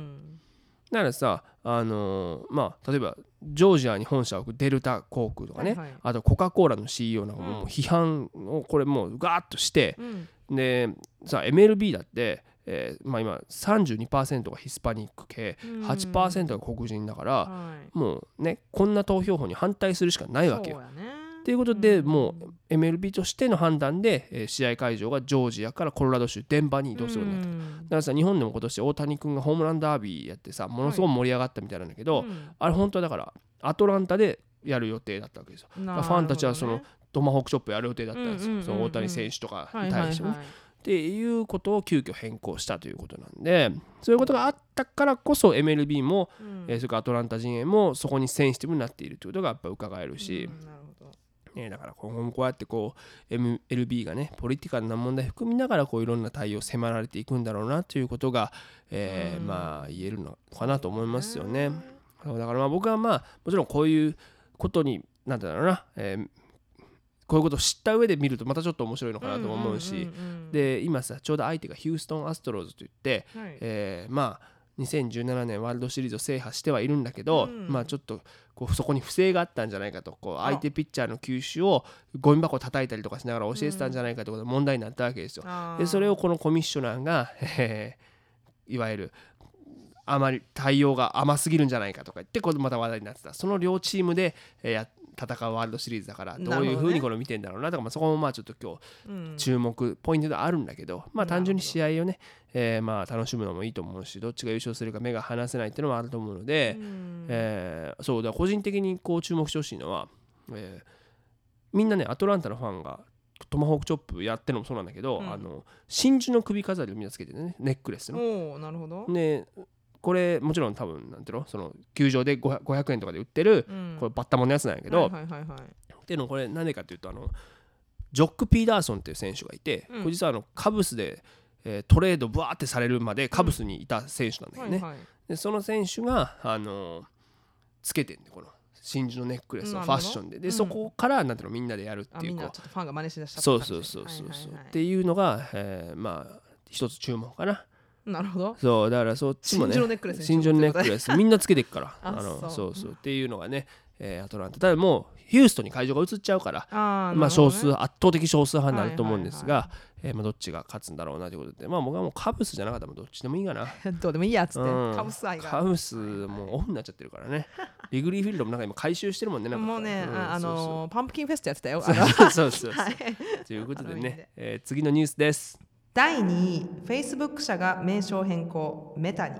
だからさ、あのー、まあ例えばジョージアに本社を置くデルタ航空とかね、はいはい、あとコカ・コーラの シーイーオー なんかもう批判をこれもうガーッとして、うん、でさ エムエルビー だって、えーまあ、今 さんじゅうにパーセント がヒスパニック系、うん、はちパーセント が黒人だから、はい、もうねこんな投票法に反対するしかないわけよ。ということで、うん、もう エムエルビー としての判断で、えー、試合会場がジョージアからコロラド州デンバーに移動するようになった、うん、だからさ日本でも今年大谷君がホームランダービーやってさものすごく盛り上がったみたいなんだけど、はい、あれ本当だからアトランタでやる予定だったわけですよ、ね、ファンたちはそのトマホークチョップやる予定だったんですよ、うんうんうんうん、その大谷選手とかに対しても、はいはいはい、っていうことを急遽変更したということなんで、そういうことがあったからこそ エムエルビー も、うんえー、それからアトランタ陣営もそこにセンシティブになっているということがやっぱ伺えるし、うん、なるほどね、だから今後もこうやってこう エムエルビー がねポリティカルな問題含みながらこういろんな対応を迫られていくんだろうなということが、えー、まあ言えるのかなと思いますよね。だからまあ僕はまあもちろんこういうことになんだろうな、えーこういうことを知った上で見るとまたちょっと面白いのかなと思うし、うんうんうんうん、で今さちょうど相手がヒューストンアストローズといって、はいえー、まあにせんじゅうななねんワールドシリーズを制覇してはいるんだけど、うん、まあちょっとこうそこに不正があったんじゃないかと、こう相手ピッチャーの球種をゴミ箱叩いたりとかしながら教えてたんじゃないかということで問題になったわけですよ、うん、でそれをこのコミッショナーが、えー、いわゆるあまり対応が甘すぎるんじゃないかとか言ってこれまた話題になってた。その両チームで、えー、や戦うワールドシリーズだからどういう風にこれ見てんだろうなとか、まあそこもまあちょっと今日注目ポイントではあるんだけど、まあ単純に試合をね、えー、まあ楽しむのもいいと思うし、どっちが優勝するか目が離せないっていうのもあると思うので、えー、そうだ個人的にこう注目してほしいのは、えー、みんなねアトランタのファンがトマホークチョップやってるのもそうなんだけど、うん、あの真珠の首飾りをみんなつけてね、ネックレスの。 おー、なるほど。 ねこれもちろん多分なんていうのその球場でごひゃくえんとかで売ってる、うん、これバッタモンのやつなんやけど、はいはいはいはい、っていうのこれ何でかっていうとあのジョック・ピーダーソンっていう選手がいて、うん、これ実はあのカブスで、えー、トレードブワーってされるまでカブスにいた選手なんだよね、うんはいはい、でその選手があのー、つけてんでこの真珠のネックレスをファッションでで、うん、そこからなんていうのみんなでやるっていう、 みんなちょっとファンが真似しだしたそうそうそうそうそう、はいはいはい、っていうのが、えー、まあ一つ注目かな。 なるほど。 そうだからそっちもね真珠のネックレス真珠のネックレスみんなつけていくからあのそうそうそうっていうのがね、えー、アトランタただもうヒューストンに会場が移っちゃうからあ、ね、まあ少数圧倒的少数派になると思うんですが、はいはいはいえーまあ、どっちが勝つんだろうなということで、まあ僕はもうカブスじゃなかったらどっちでもいいかなどうでもいいやつって、 うん、 カブス愛がカブスもうオフになっちゃってるからねリグリーフィールドもなんか今回収してるもんねなんかもうね、うん、あ、あのー、そうそうパンプキンフェストやってたよそうそうそうそう、はい、ということでね、えー、次のニュースです。 だいにい Facebook 社が名称変更メタに。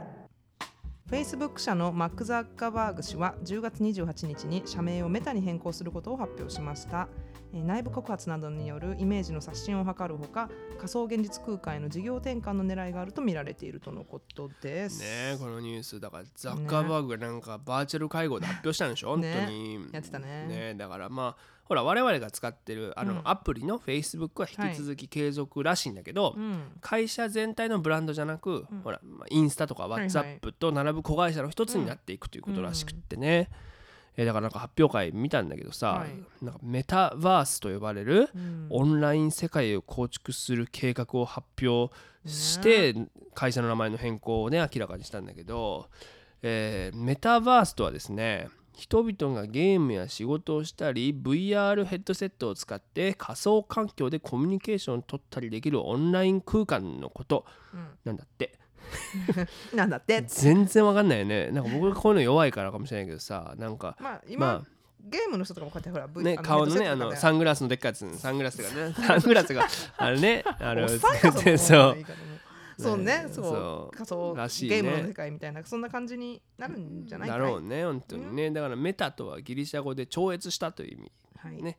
Facebook 社のマック・ザッカーバーグ氏はじゅうがつにじゅうはちにちに社名をメタに変更することを発表しました。内部告発などによるイメージの刷新を図るほか仮想現実空間への事業転換の狙いがあると見られているとのことですね。えこのニュースだからザッカーバーグがなんかバーチャル会合で発表したんでしょ、ね、本当にやってた ね, ねだからまあほら我々が使ってるあのアプリの Facebook は引き続き継続らしいんだけど、はい、会社全体のブランドじゃなく、うん、ほらインスタとか WhatsApp と並ぶ子会社の一つになっていくということらしくってね、うん、えだからなんか発表会見たんだけどさ、はい、なんかメタバースと呼ばれるオンライン世界を構築する計画を発表して会社の名前の変更をね明らかにしたんだけど、えー、メタバースとはですね人々がゲームや仕事をしたり ブイアール ヘッドセットを使って仮想環境でコミュニケーションを取ったりできるオンライン空間のことなんだって、 うん、なんだって全然わかんないよね。なんか僕がこういうの弱いからかもしれないけどさなんかまあ今、まあゲームの人とかもこうやってほら、v、 ね、顔のねあのサングラスのでっかいやつサングラスがねサングラスがあれねあのそうそうね、そうそう仮想らしい、ね、ゲームの世界みたいなそんな感じになるんじゃないかい。 だろうね本当にね、うん、だからメタとはギリシャ語で超越したという意味、はいね、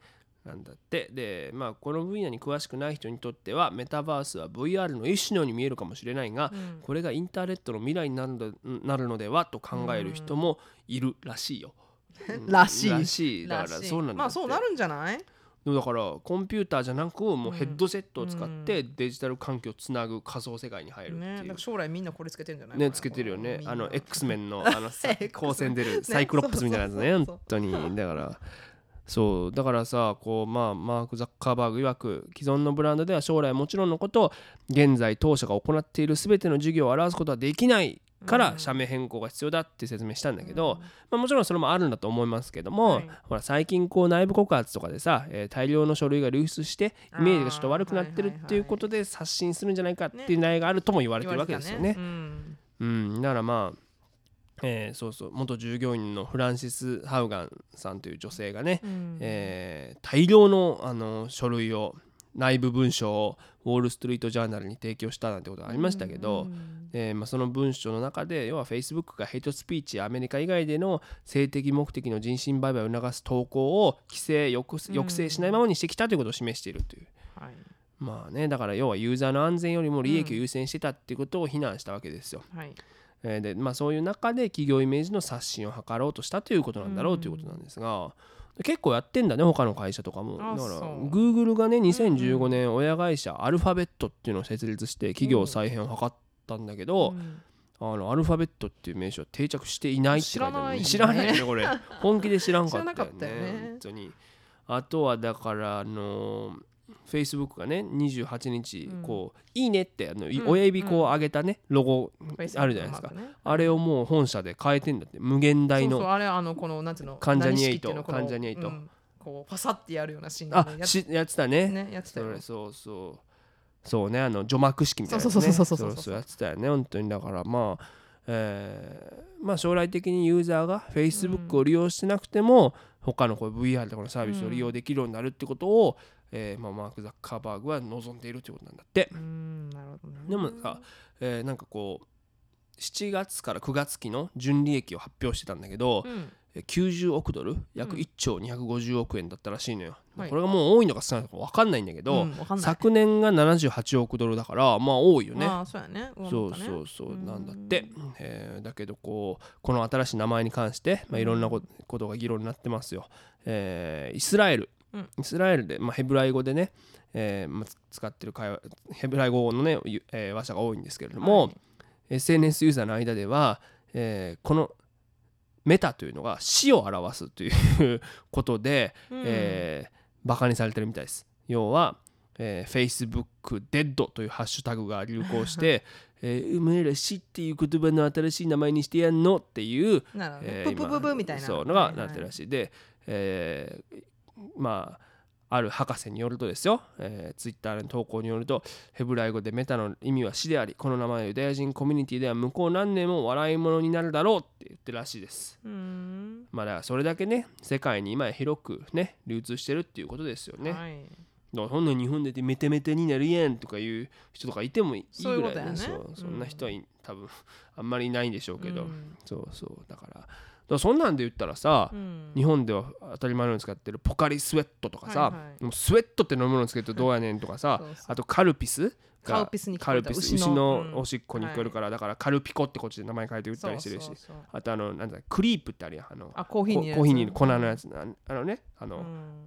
なんだって。で、まあ、この分野に詳しくない人にとってはメタバースは ブイアール の一種のように見えるかもしれないが、うん、これがインターネットの未来になるの、なるのではと考える人もいるらしいよ、 うん、らしいらしいだからそうなんだって。 まあそうなるんじゃない。 だからコンピューターじゃなくもうヘッドセットを使ってデジタル環境をつなぐ仮想世界に入るっていう、 ね、将来みんなこれつけてるんじゃないね、つけてるよね。あの X メンのあの光線出るサイクロップスみたいなやつね、本当に。だからそうだからさ、こうまあマーク・ザッカーバーグ曰く、既存のブランドでは将来もちろんのこと現在当社が行っている全ての事業を表すことはできないから社名変更が必要だって説明したんだけど、うんまあ、もちろんそれもあるんだと思いますけども、はい、ほら最近こう内部告発とかでさ、えー、大量の書類が流出してイメージがちょっと悪くなってるっていうことで刷新するんじゃないかっていう狙いがあるとも言われてるわけですよね。ねうんうん、だからまあえー、そうそう元従業員のフランシス・ハウガンさんという女性がね、うんえー、大量の、あの書類を内部文書をウォール・ストリート・ジャーナルに提供したなんてことがありましたけど、うんえーまあ、その文書の中で要は Facebook がヘイトスピーチやアメリカ以外での性的目的の人身売買を促す投稿を規制抑制しないままにしてきたということを示しているという、うんはいまあね、だから要はユーザーの安全よりも利益を優先してたっていうことを非難したわけですよ、うんはいえーでまあ、そういう中で企業イメージの刷新を図ろうとしたということなんだろうということなんですが、結構やってんだね他の会社とかも。だから Google がねにせんじゅうごねん親会社アルファベットっていうのを設立して企業再編を図ったんだけど、あのアルファベットっていう名称は定着していないって書いてある、ね、知らないよねこれ本気で知らんかったよ ね, よね本当に。あとはだからあのーFacebook がねにじゅうはちにちこう、うん、いいねってあの、うん、親指こう上げたね、うん、ロゴあるじゃないですか、ね、あれをもう本社で変えてんだって。無限大のそうそうあれあのこのなんていうの関ジャニエイト関ジャニエイト、うん、 こうパサってやるようなシーン、 ね、あしやってた ね, ねやってたよそれそうそうそうねあの除幕式みたいな、ね、そうそうそうそうそうそうそうやってたよね本当に。だからまあえーまあ、将来的にユーザーが Facebook を利用してなくても、うん、他のこう ブイアール とかのサービスを利用できるようになるってことを、うんえーまあ、マーク・ザッカーバーグは望んでいるということなんだって。 うんなるほどね。 でもさ、えー、なんかこうしちがつからくがつ期の純利益を発表してたんだけど、うんきゅうじゅうおくドル約いっちょうにひゃくごじゅうおくえんだったらしいのよ、うん、これがもう多いのか少ないのか分かんないんだけど、うん、昨年がななじゅうはちおくドルだからまあ多いよね。 ああそうやね。 そうそうそうなんだって、えー、だけどこうこの新しい名前に関して、まあ、いろんなこ と,、うん、ことが議論になってますよ、えー、イスラエル、うん、イスラエルで、まあ、ヘブライ語でね、えーまあ、使ってる会話ヘブライ語のね、えー、話者が多いんですけれども、はい、エスエヌエス ユーザーの間では、えー、このメタというのが死を表すということで、うんえー、バカにされてるみたいです。要は、えー、Facebook デッドというハッシュタグが流行して、えー、お前ら死っていう言葉の新しい名前にしてやんのっていう、 えー、ブブブブみたいなそうのがなってるらしい。で、えー、まあある博士によるとですよ、えー、ツイッターの投稿によるとヘブライ語でメタの意味は死であり、この名前はユダヤ人コミュニティでは向こう何年も笑い物になるだろうって言ってるらしいです。うーんまあだからそれだけね世界に今広くね流通してるっていうことですよね、はい、だからそんな日本でメテメテになるやんとかいう人とかいてもいいぐらいね。そういうことやね。そうそんな人は多分あんまりいないんでしょうけど、うん、そうそうだからだからそんなんで言ったらさ、うん、日本では当たり前のように使ってるポカリスエットとかさ、はいはい、もうスウェットって飲み物つけるとどうやねんとかさ、そうそうあとカルピスカルピスにカルピス牛のおしっこに聞こえるから、うん、だからカルピコってこっちで名前変えて売ったりしてるし、そうそうそうあとあのなんだクリープってあるやんあのあコーヒーにコーヒーに粉のやつ、うん、あのねあの、うん、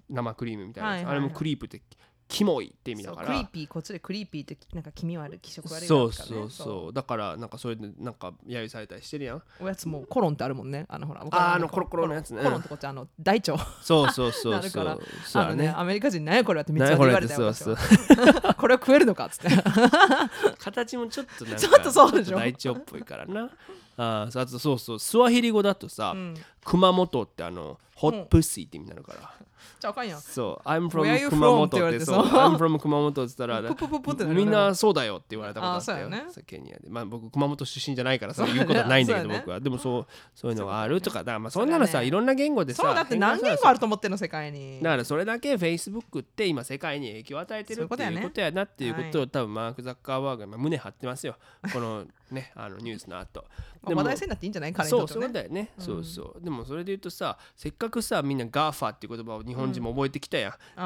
生クリームみたいなやつ、はいはいはい、あれもクリープってキモいって意味だからクリーピーこっちでクリーピーってなんか気味悪い気色悪いから、ね、そうそうそうだからなんかそれでなんか揶揄されたりしてるやん。 おやつもコロンってあるもんねあのほらああのコロコロのやつねコロンってこっちあの大腸そうそうそうそうなるからそう、 ね、あのねアメリカ人何やこれってめっちゃ言われたよ。 そうそうこれは食えるのかっつって形もちょっとなんかちょっとそうでしょ大腸っぽいからなああとそうそうスワヒリ語だとさ、うん、熊本ってあのホットプッシーって意味になるから、うんじゃあかんやんそう I'm from 熊本ってそう I'm from 熊本って言ったらププププってみんなそうだよって言われたことあったよ。 あね、 ケニアでまあ僕熊本出身じゃないからそういうことはないんだけど、ね、僕はでもそうそういうのがあるとかだからまあそんなのさ、ね、いろんな言語でさそうだって何言語あると思ってんの世界に。 だからそれだけ Facebook って今世界に影響を与えてるっていうことやなっていうことを多分マーク・ザッカーバーグが胸張ってますよこのねあのニュースの後まあ、話題性になっていいんじゃない彼にとってね。 そうそうだよね、うん、そうそうでもそれで言うとさせっかくさみんな ガーファ っていう言葉を日本人も覚えてきたやん、うん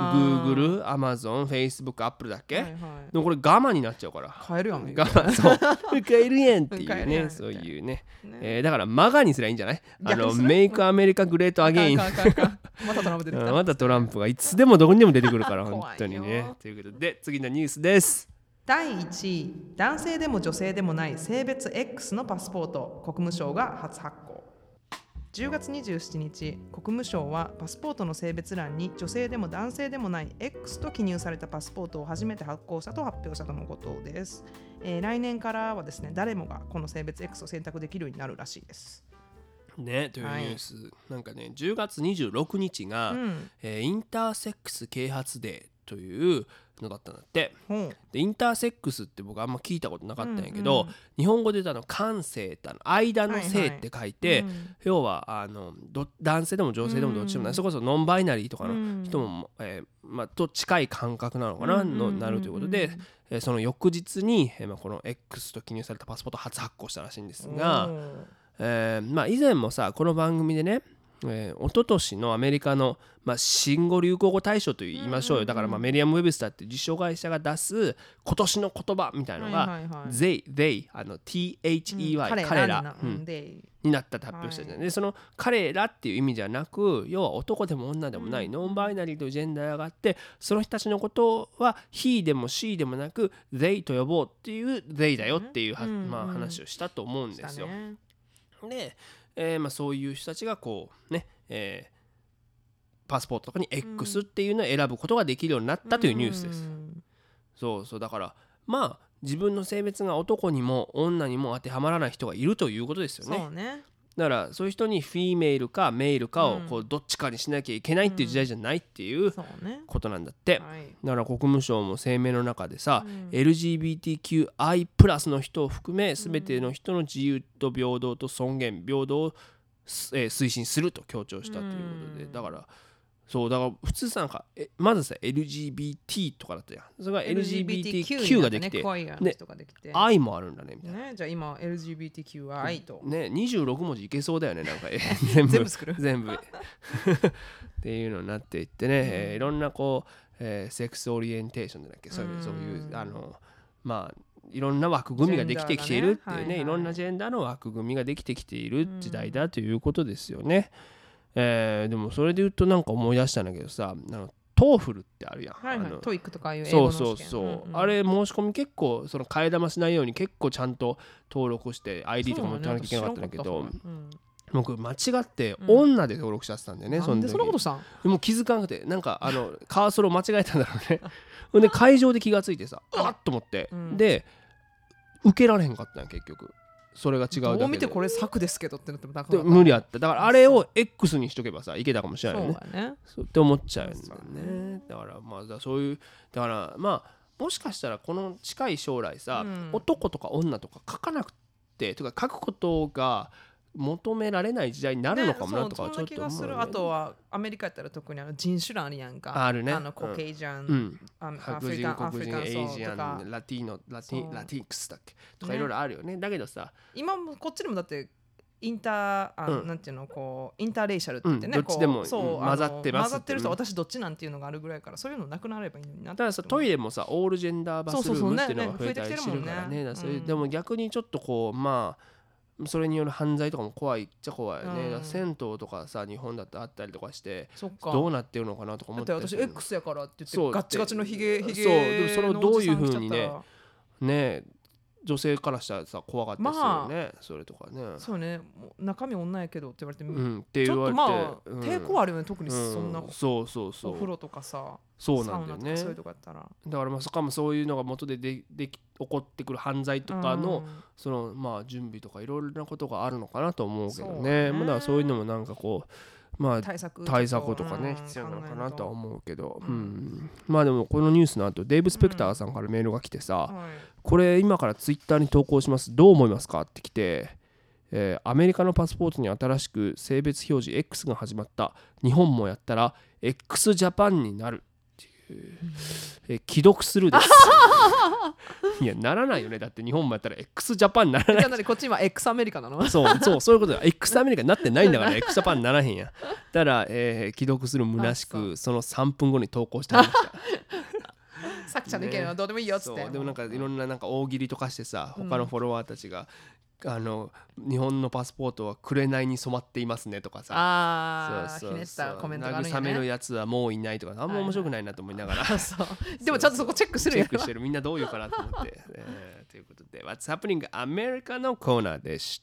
、Google、Amazon、Facebook、Apple だっけ、はいはい、でもこれガマになっちゃうから買えるやんガマそう買えるやんっていうねそういうね、ねえー、だからマガにすらいいんじゃないあのメイクアメリカグレートアゲインまたトランプ出てきたまたトランプがいつでもどこにでも出てくるから本当にねということで次のニュースです。 だいいちい、男性でも女性でもない性別 X のパスポート、国務省が初発行。じゅうがつにじゅうしちにち、国務省はパスポートの性別欄に女性でも男性でもない X と記入されたパスポートを初めて発行したと発表したとのことです。えー、来年からはですね、誰もがこの性別 X を選択できるようになるらしいです。 ね、というニュース、はい、なんかねじゅうがつにじゅうろくにちが、うんえー、インターセックス啓発デーというのだったんだって、うん、でインターセックスって僕あんま聞いたことなかったんやけど、うんうん、日本語で言うとあの感性ってあの間の性って書いて、はいはいうん、要はあのど男性でも女性でもどっちでもない、うん、それこそノンバイナリーとかの人も、うんえーまあ、と近い感覚なのかな、うん、のなるということで、えー、その翌日に、えーまあ、この X と記入されたパスポートを初発行したらしいんですが、えーまあ、以前もさこの番組でねえー、一昨年のアメリカの、まあ、新語・流行語大賞と言いましょうよ、だからまあメリアム・ウェブスターっていう辞書会社が出す今年の言葉みたいなのが、はいはいはい、they, they あの ティーエイチイーワイ、うん、彼ら、うん、になったって発表したじゃない、はい、でその彼らっていう意味じゃなく要は男でも女でもない、うん、ノンバイナリーというジェンダーがあってその人たちのことは he でも she でもなく they と呼ぼうっていう they だよっていう、うんまあ、話をしたと思うんですよ、ね、でえーまあ、そういう人たちがこうね、えー、パスポートとかに X っていうのを選ぶことができるようになったというニュースです、うん、そうそうだからまあ自分の性別が男にも女にも当てはまらない人がいるということですよね。 そうねだからそういう人にフィーメールかメールかをこうどっちかにしなきゃいけないっていう時代じゃないっていうことなんだって、うんねはい、だから国務省も声明の中でさ、うん、エルジービーティーキューアイ プラスの人を含め全ての人の自由と平等と尊厳平等を、えー、推進すると強調したということで、うん、だからそうだから普通さなんかえまずさ エルジービーティー とかだったじゃん。それが エルジービーティーキュー ができて、ね、愛もあるんだねみたいな、 ね、じゃあ今 エルジービーティーキュー は愛と、 ね、にじゅうろくもじいけそうだよねなんか全部全部作る全部っていうのになっていってね、うんえー、いろんなこう、えー、セックスオリエンテーションじゃなくてそういう、うん、そういうあのまあいろんな枠組みができてきているっていうね、ねはいはい、いろんなジェンダーの枠組みができてきている時代だということですよね、うんえー、でもそれで言うとなんか思い出したんだけどさあのトーフルってあるやん、 はいはい、トイックとかいう英語の試験そうそうそう、うんうん、あれ申し込み結構その替え玉しないように結構ちゃんと登録して アイディー とか持ってかなきゃいけなかったんだけど、うん、僕間違って女で登録しちゃってたんだよね、うん、 そんでそんなことしたんでも気づかなくてなんかあのカーソルを間違えたんだろうねで会場で気がついてさあっと思って、うん、で受けられへんかったんや結局それが違うだけでどう見てこれ策ですけどってなってもなかなか無理あっただからあれを X にしとけばさいけたかもしれないよねそうだねそうって思っちゃうんだよねだからまあだそういうだからまあもしかしたらこの近い将来さ、うん、男とか女とか書かなくてとか書くことが求められない時代になるのかもなとかちょっと思う、ね、そんな気がする。 あとはアメリカやったら特にあの人種欄あるやんかあるねあのコケイジャン、 うん、 アフリカン黒人エイジアンラティーノラティラティックスだっけとかいろいろあるよね、ねだけどさ今もこっちでもだってインターあ、うん、なんていうのこうインターレーシャルって言ってね、 うん、どっちでもそう混ざってます混ざってる人、うん、私どっちなんていうのがあるぐらいからそういうのなくなればいいのにな。 だからさトイレもさオールジェンダーバスルームっていうのが増えたりしてるからね。でも逆にちょっとこうまあそれによる犯罪とかも怖いっちゃ怖いよね、うん、だから銭湯とかさ日本だってあったりとかしてどうなってるのかなとか思ってだって私 X やからって言ってガッチガチのヒゲヒゲそうでもそれをどういう風にねね女性からしたらさ怖かったですよね、まあ、それとかねそうね中身女やけどって言われて、 うん、って言われてちょっとまあ、うん、抵抗あるよね特にそんな、 うん、そうそうそうお風呂とかさそうなんだよねサウナとかそういうとこやったらだからまあそかもそういうのが元ででで起こってくる犯罪とかの、うん、そのまあ準備とかいろいろなことがあるのかなと思うけどね、まあ、だからそういうのもなんかこうまあ、対策対策とかね、うん、必要なのかなとは思うけど、うんうん、まあでもこのニュースの後デーブ・スペクターさんからメールが来てさ、うんはい、これ今からツイッターに投稿しますどう思いますかって来て、えー、アメリカのパスポートに新しく性別表示 X が始まった日本もやったら X ジャパンになるっていうえー、既読するですいやならないよね。だって日本もやったら X ジャパンならない。 じゃあこっち今 X アメリカなのそうそうそういうことだ。 X アメリカになってないんだから X ジャパンならへんやん。だから、えー、既読する虚しく そ, そのさんぷんごに投稿してありましたさきちゃんの意見はどうでもいいよっつって、 ね、でもなんかいろんななんか大喜利とかしてさ、他のフォロワーたちが、うん、あの日本のパスポートは紅に染まっていますねとかさ、 あそうそうそう、 ひねったコメントがあるんやね。 慰めるやつはもういないとか、あんま面白くないなと思いながら、はいはい、 そうでもちゃんとそこチェックするよ。チェックしてる。みんなどういうかなと思って、えー、ということで What's Happening America のコーナーでした。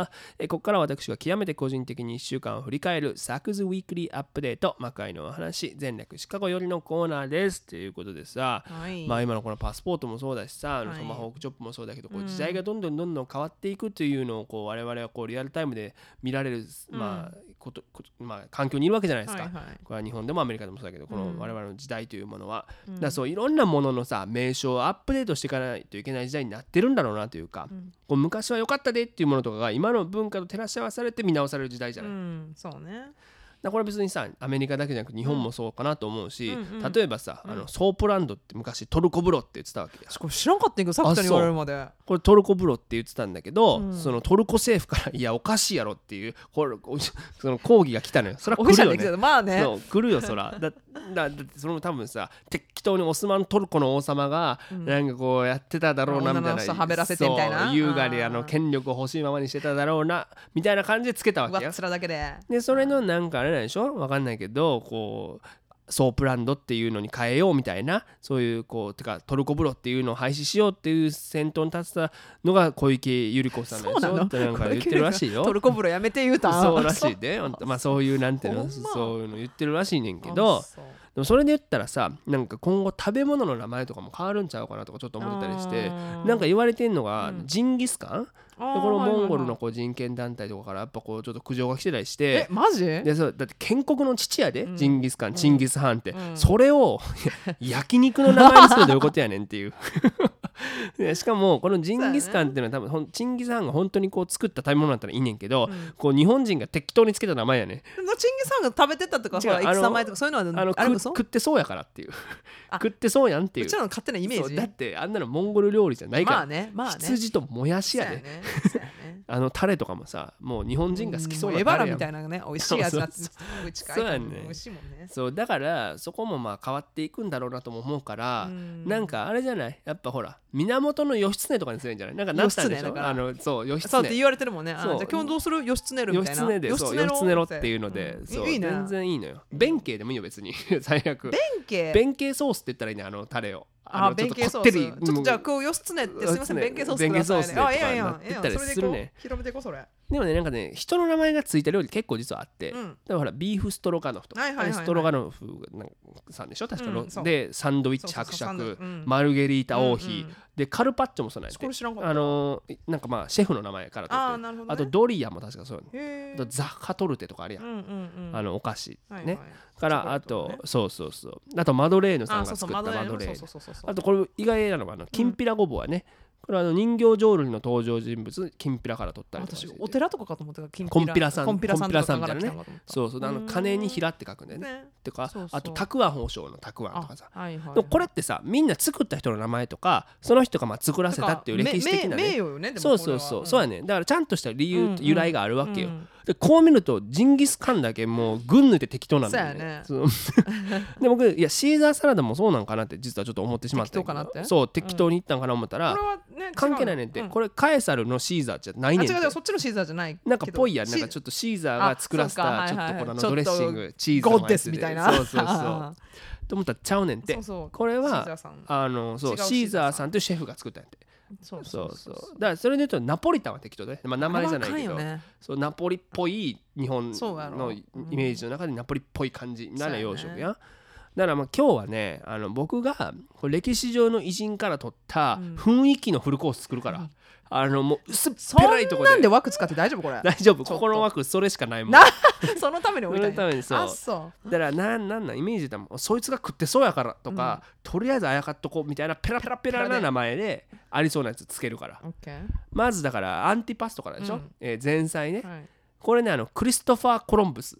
えここから私が極めて個人的にいっしゅうかんを振り返るサクズウィークリーアップデート、魔界のお話、全略シカゴよりのコーナーですということでさ、はい、まあ今のこのパスポートもそうだしさ、はい、トマホークチョップもそうだけど、こう時代がどんどんどんどん変わっていくというのをこう我々はこうリアルタイムで見られる、まあこと、まあ、環境にいるわけじゃないですか、はいはい、これは日本でもアメリカでもそうだけど、この我々の時代というものは、うん、だからそういろんなもののさ名称をアップデートしていかないといけない時代になってるんだろうなというか、うん、こう昔は良かったでっていうものとかが今の文化と照らし合わされて見直される時代じゃない、うん、 そうね。 だこれ別にさアメリカだけじゃなく日本もそうかなと思うし、うんうんうん、例えばさ、うん、あのソープランドって昔トルコ風呂って言ってたわけや。 これ知らんかったんけどさっき言われるまでこれトルコ風呂って言ってたんだけど、うん、そのトルコ政府からいやおかしいやろっていうこれその抗議が来たのよ。それは来るよね。 まあねそう来るよそらだだだってそれも多分さ適当にオスマントルコの王様がなんかこうやってただろうなみたいな、 女の人はべらせてみたいな、 そう優雅にあの権力を欲しいままにしてただろうなみたいな感じでつけたわけや。 上っ面だけででそれのなんかあれなんでしょわかんないけどこうソープランドっていうのに変えようみたいな、そういうこうてかトルコ風呂っていうのを廃止しようっていう先頭に立ってたのが小池百合子さんなんでしょってなんか言ってるらしいよ。 トルコ風呂やめて言うたんそうらしいで、まあそういうなんていうのそういうの言ってるらしいねんけど、でもそれで言ったらさなんか今後食べ物の名前とかも変わるんちゃうかなとかちょっと思ったりして、なんか言われてんのがジンギスカン、うん、でこのモンゴルのこう人権団体とかからやっぱこうちょっと苦情が来てたりして、 えマジでそうだって建国の父やで、うん、ジンギスカンチンギスハンって、うん、それを焼肉の名前にするのどういうことやねんっていうしかもこのジンギスカンっていうのは多分チンギスハンが本当にこう作った食べ物だったらいいねんけど、うん、こう日本人が適当につけた名前やねん。 チンギスハンが食べてたとかさ戦前とかそういうのはあのあれ食ってそうやからっていう食ってそうやんっていううちらの勝手なイメージ。 だってあんなのモンゴル料理じゃないから、 まあねまあね、 羊ともやしやで、ねね、あのタレとかもさもう日本人が好きそうなタレやん、 エバラみたいなね美味しいやつがすごい近いからね、 美味しいもんね。 そうだからそこもまあ変わっていくんだろうなとも思うから、んなんかあれじゃないやっぱほら源義経とかにするんじゃないなんかなったんでしょあのそう義経そうって言われてるもんね。あじゃあ今日どうする義経みたいな義経でそう義経ろっていうので、うん、そういいね、全然いいのよ。弁慶でもいいよ別に最悪弁慶弁慶ソースって言ったらいいねあのタレをああ弁慶ソースちょっとじゃあこう義経ってすみません弁慶ソースくださいね。あいやいやいやそれでこう広めていこうそれ。 でもねなんかね人の名前がついた料理結構実はあって、うん、だからほらビーフストロガノフとか、はいはいはいはい、ストロガノフさんでしょ確か、うん、でサンドイッチ伯爵、うん、マルゲリータ王妃、うんうん、でカルパッチョもそうなんであのー、なんかまあシェフの名前から取って あ,、ね、あとドリアも確かそうあとザッハトルテとかあるやん、うんうんうん、あのお菓子、はいはい、ねからあと、ね、そうそうそうあとマドレーヌさんが作ったマドレーヌあとこれ意外なのがあのきんぴらごぼうはね、うんこれはあの人形浄瑠璃の登場人物きんぴらから取ったりとかして私お寺とかかと思ったからコンピラさんコンピラさんみたいなねそうそうあの金に平って書くんだよねねとかそうそうあとたくあん宝生のたくあんとかさ、はいはいはい、でもこれってさみんな作った人の名前とかその人がまあ作らせたっていう歴史的なね名誉よねでもそうそうそう、うん、そうやねだからちゃんとした理由、うんうん、由来があるわけよ、うんでこう見るとジンギスカンだけもう群抜いて適当なんだよね。そうやねで僕いやシーザーサラダもそうなんかなって実はちょっと思ってしまった適当かなってそう適当にいったんかな思ったら、うんね、関係ないねんって、うん、これカエサルのシーザーじゃないねんって。 あ違う違うそっちのシーザーじゃないなんかぽいやんなんかちょっとシーザーが作らせたちょっとこのドレッシングチーズゴッデスみたいなそうそうそうと思ったらちゃうねんってそうそうこれはあのそうシーザーさんというシェフが作ったんやってそうそうそうだからそれで言うとナポリタンは適当で、まあ、名前じゃないけど、ね、そうナポリっぽい日本のイメージの中でナポリっぽい感じなら洋食や、ね、だからまあ今日はねあの僕がこれ歴史上の偉人から取った雰囲気のフルコース作るから、うんあのもう薄っぺらいところでそんなんで枠使って大丈夫これ大丈夫ここの枠それしかないもんそのために置いたんやそのためにそうあそうだからなんなんなんイメージでもそいつが食ってそうやからとか、うん、とりあえずあやかっとこうみたいなペラペラペラな名前でありそうなやつつけるから、okay. まずだからアンティパストからでしょ、うんえー、前菜ね、はい、これねあのクリストファー・コロンブス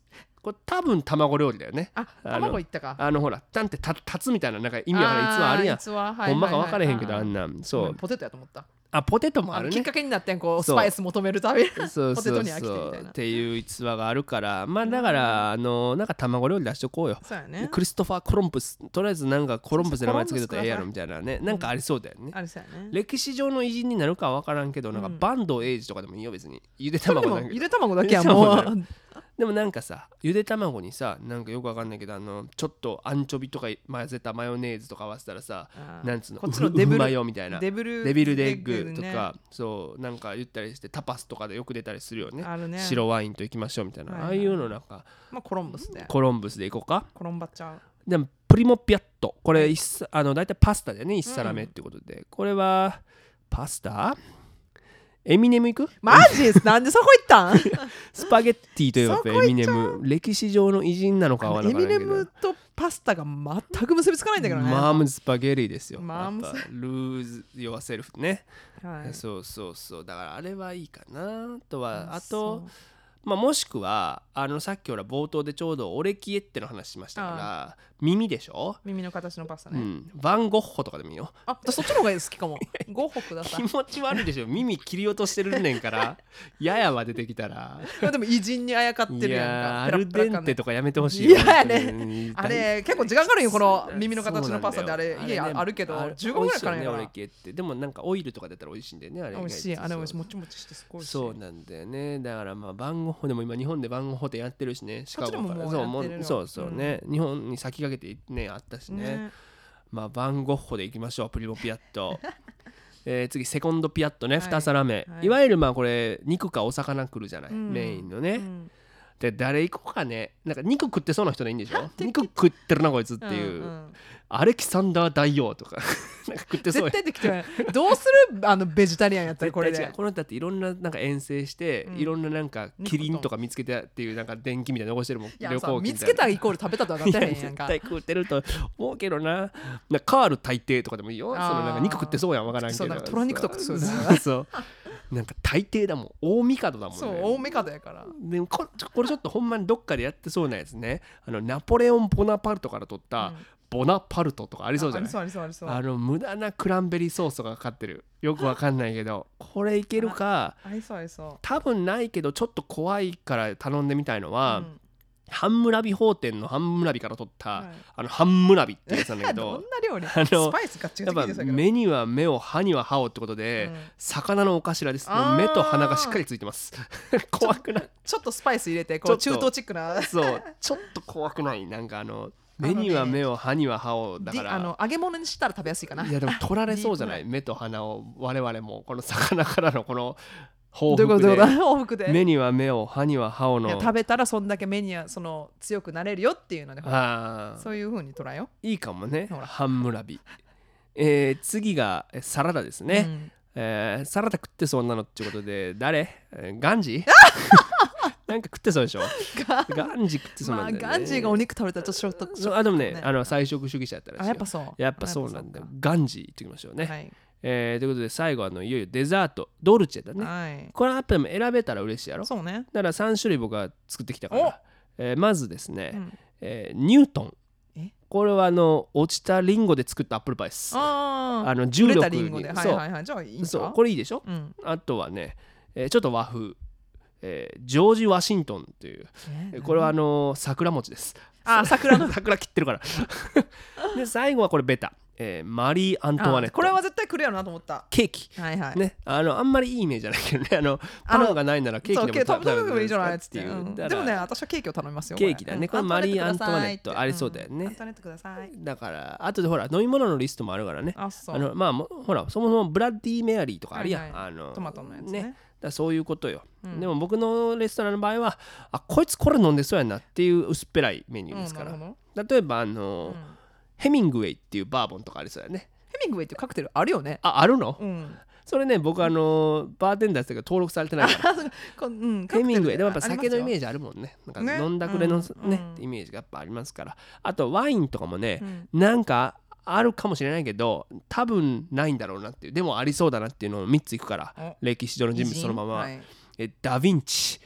これ多分卵料理だよね。 あ、卵いったか。 あのほらなんて立つみたいななんか意味わからない逸話あるやん。 逸話、はいはいはい、 ほんまか分からへんけどあんなんそう、 ポテトやと思った。 あポテトもあるね。 きっかけになってんこうスパイス求めるためにそうそうそうポテトに飽きてみたいなっていう逸話があるから、まあだからあのなんか卵料理出しとこうよ。 そうやね。 クリストファー・コロンブス、とりあえずなんかコロンブスで名前つけてたらええやろみたいなね、なんかありそうだよね。 ありそうやね。 歴史上の偉人になるかは分からんけど、なんか坂東英二とかでもいいよ別に。ゆで卵だけど。 ゆで卵だけはもう。 でもなんかさ、ゆで卵にさ、なんかよくわかんないけど、あのちょっとアンチョビとか混ぜたマヨネーズとか合わせたらさ、なんつうの、 こっちのデブルマヨみたいな、 デブルデビルデッグとか、そうなんか言ったりして、タパスとかでよく出たりするよね。白ワインと行きましょうみたいな、ああいうのなんか、 まあコロンブスで。 コロンブスで行こうか。 コロンバっちゃう。 でもプリモピアット、これあの大体パスタだよね、一皿目ってことで、これはパスタ？エミネム行く？ マジです？なんでそこ行ったん？ スパゲッティといえばエミネム、歴史上の偉人なのかは分からないけど、 エミネムとパスタが全く結びつかないんだけどね。 マームスパゲリですよ。 マームスルーズ・ヨアセルフね、 はい、 そうそうそう、だからあれはいいかなとは。あとまあ、もしくはあのさっきほら冒頭でちょうどオレキエッテの話しましたから耳でしょ、 耳の形のパスタね、 うん、バンゴッホとかでもいいよ。 あ、そっちの方が好きかも。ゴッホください。 気持ち悪いでしょ、耳切り落としてるねんからややは出てきたらでも偉人にあやかってるやんか。 いやアルデンテとかやめてほしいよ。いやね、あれ結構時間かかるよ、この耳の形のパスタで。あれ家あるけどじゅうごふんぐらいかかるんやから。 オレキエッテでもなんかオイルとか出たら美味しいんだよね。あれ美味しい、あれ美味しい、もちもちしてすごい。 そうなんだよね。だからまあバンゴッホでも今日本でバンゴッホ店やってるしね、シカゴからそうそうね、日本に先駆けてねあったしね。まあバンゴッホでいきましょう。プリモピアットえ次セコンドピアットね、に皿目、いわゆるまあこれ肉かお魚来るじゃない、メインのね。で誰行こうかね。なんか肉食ってそうな人でいいんでしょ。肉食ってるなこいつっていう、うんうん、アレキサンダー大王とかなんか食ってそう。 絶対できてない。どうするあのベジタリアンやったらこれで。 この人だっていろんななんか遠征して、うん、いろんななんかキリンとか見つけてっていうなんか電気みたいな残してるもん。 いや旅行見つけたイコール食べたとはなってへんやんか。 絶対食ってると思うけどな。なカール大帝とかでもいいよ。そのなんか肉食ってそうやんわからんけど。 そうなんか虎肉とかそうだそうそうなんか大抵だもん、大帝だもんね。 そう大帝やから。 でも こ, これちょっとほんまにどっかでやってそうなやつね。あのナポレオン・ボナパルトから取った、うん、ボナパルトとかありそうじゃない。 あ, あ, りそうあ, りそうあの無駄なクランベリーソースがかかってる、よくわかんないけどこれいけるか。 ありそうありそう。 多分ないけどちょっと怖いから頼んでみたいのは、うんハンムラビ法典のハンムラビから取った、はい、あのハンムラビってやつなんだけどどんな料理あのスパイスガッチガチやっぱ目には目を歯には歯をってことで、うん、魚のお頭です。目と鼻がしっかりついてます怖くない？ ちょっとスパイス入れてこう中東チックなそうちょっと怖くない？なんかあの目には目を歯には歯をだからあの揚げ物にしたら食べやすいかな。 いやでも取られそうじゃない目と鼻を我々もこの魚からのこの報復で目には目を歯には歯をの食べたらそんだけ目にはその強くなれるよっていうのでそういう風に捉えよう。いいかもね。ハンムラビ、えー、次がサラダですね、うんえー、サラダ食ってそうなのってことで誰？ガンジなんか食ってそうでしょ。ガンジ食ってそうなんだよね、 まあ、ガンジがお肉食べたらちょっとショット、 ね、あでもねあの菜食主義者やったらしいよ。 あやっぱそうやっぱそうなんだよ。ガンジ言ってきましょうね、はいえー、ということで最後あのいよいよデザートドルチェだね、はい、これはやっぱり選べたら嬉しいやろ。 そうね。 だからさん種類僕は作ってきたから、えー、まずですね、うんえー、ニュートン。えこれはあの落ちたリンゴで作ったアップルパイです。 ああの重力にリンゴではいはいはいじゃあいいんか。 そうこれいいでしょ、うん、あとはね、えー、ちょっと和風、えー、ジョージ・ワシントンという、えー、これはあのー、桜餅です。 あ桜の桜切ってるからで最後はこれベタ、えー、マリー・アントワネット。 これは絶対来るやろなと思った。 ケーキ、 はいはいね、あのあんまりいいイメージじゃないけどね。あのパンがないならケーキでも食べてもいいじゃないっていう、うん、でもね私はケーキを頼みますよ。 ケーキだねこれ、うん、マリー・アントワネットありそうだよね、 うん、アントワネットください。 だからあとでほら飲み物のリストもあるからね。 あそうあのまあほらそもそもブラッディ・メアリーとかあるやん、はいはい、あのトマトのやつね。ねだそういうことよ、うん、でも僕のレストランの場合はあこいつこれ飲んでそうやなっていう薄っぺらいメニューですから、うん、例えばあの、うん、ヘミングウェイっていうバーボンとかありそうやね。 ヘミングウェイっていうカクテルあるよね。 ああるの、 うん、 それね僕あのバーテンダーですけど登録されてないからうん、 ヘミングウェイでもやっぱ酒のイメージあるもんね。なんか飲んだくれの、ねねうん、イメージがやっぱありますから。あとワインとかもね、うん、なんかあるかもしれないけど多分ないんだろうなっていうでもありそうだなっていうのをみっついくから歴史上の人物そのまま、はい、えダヴィンチ、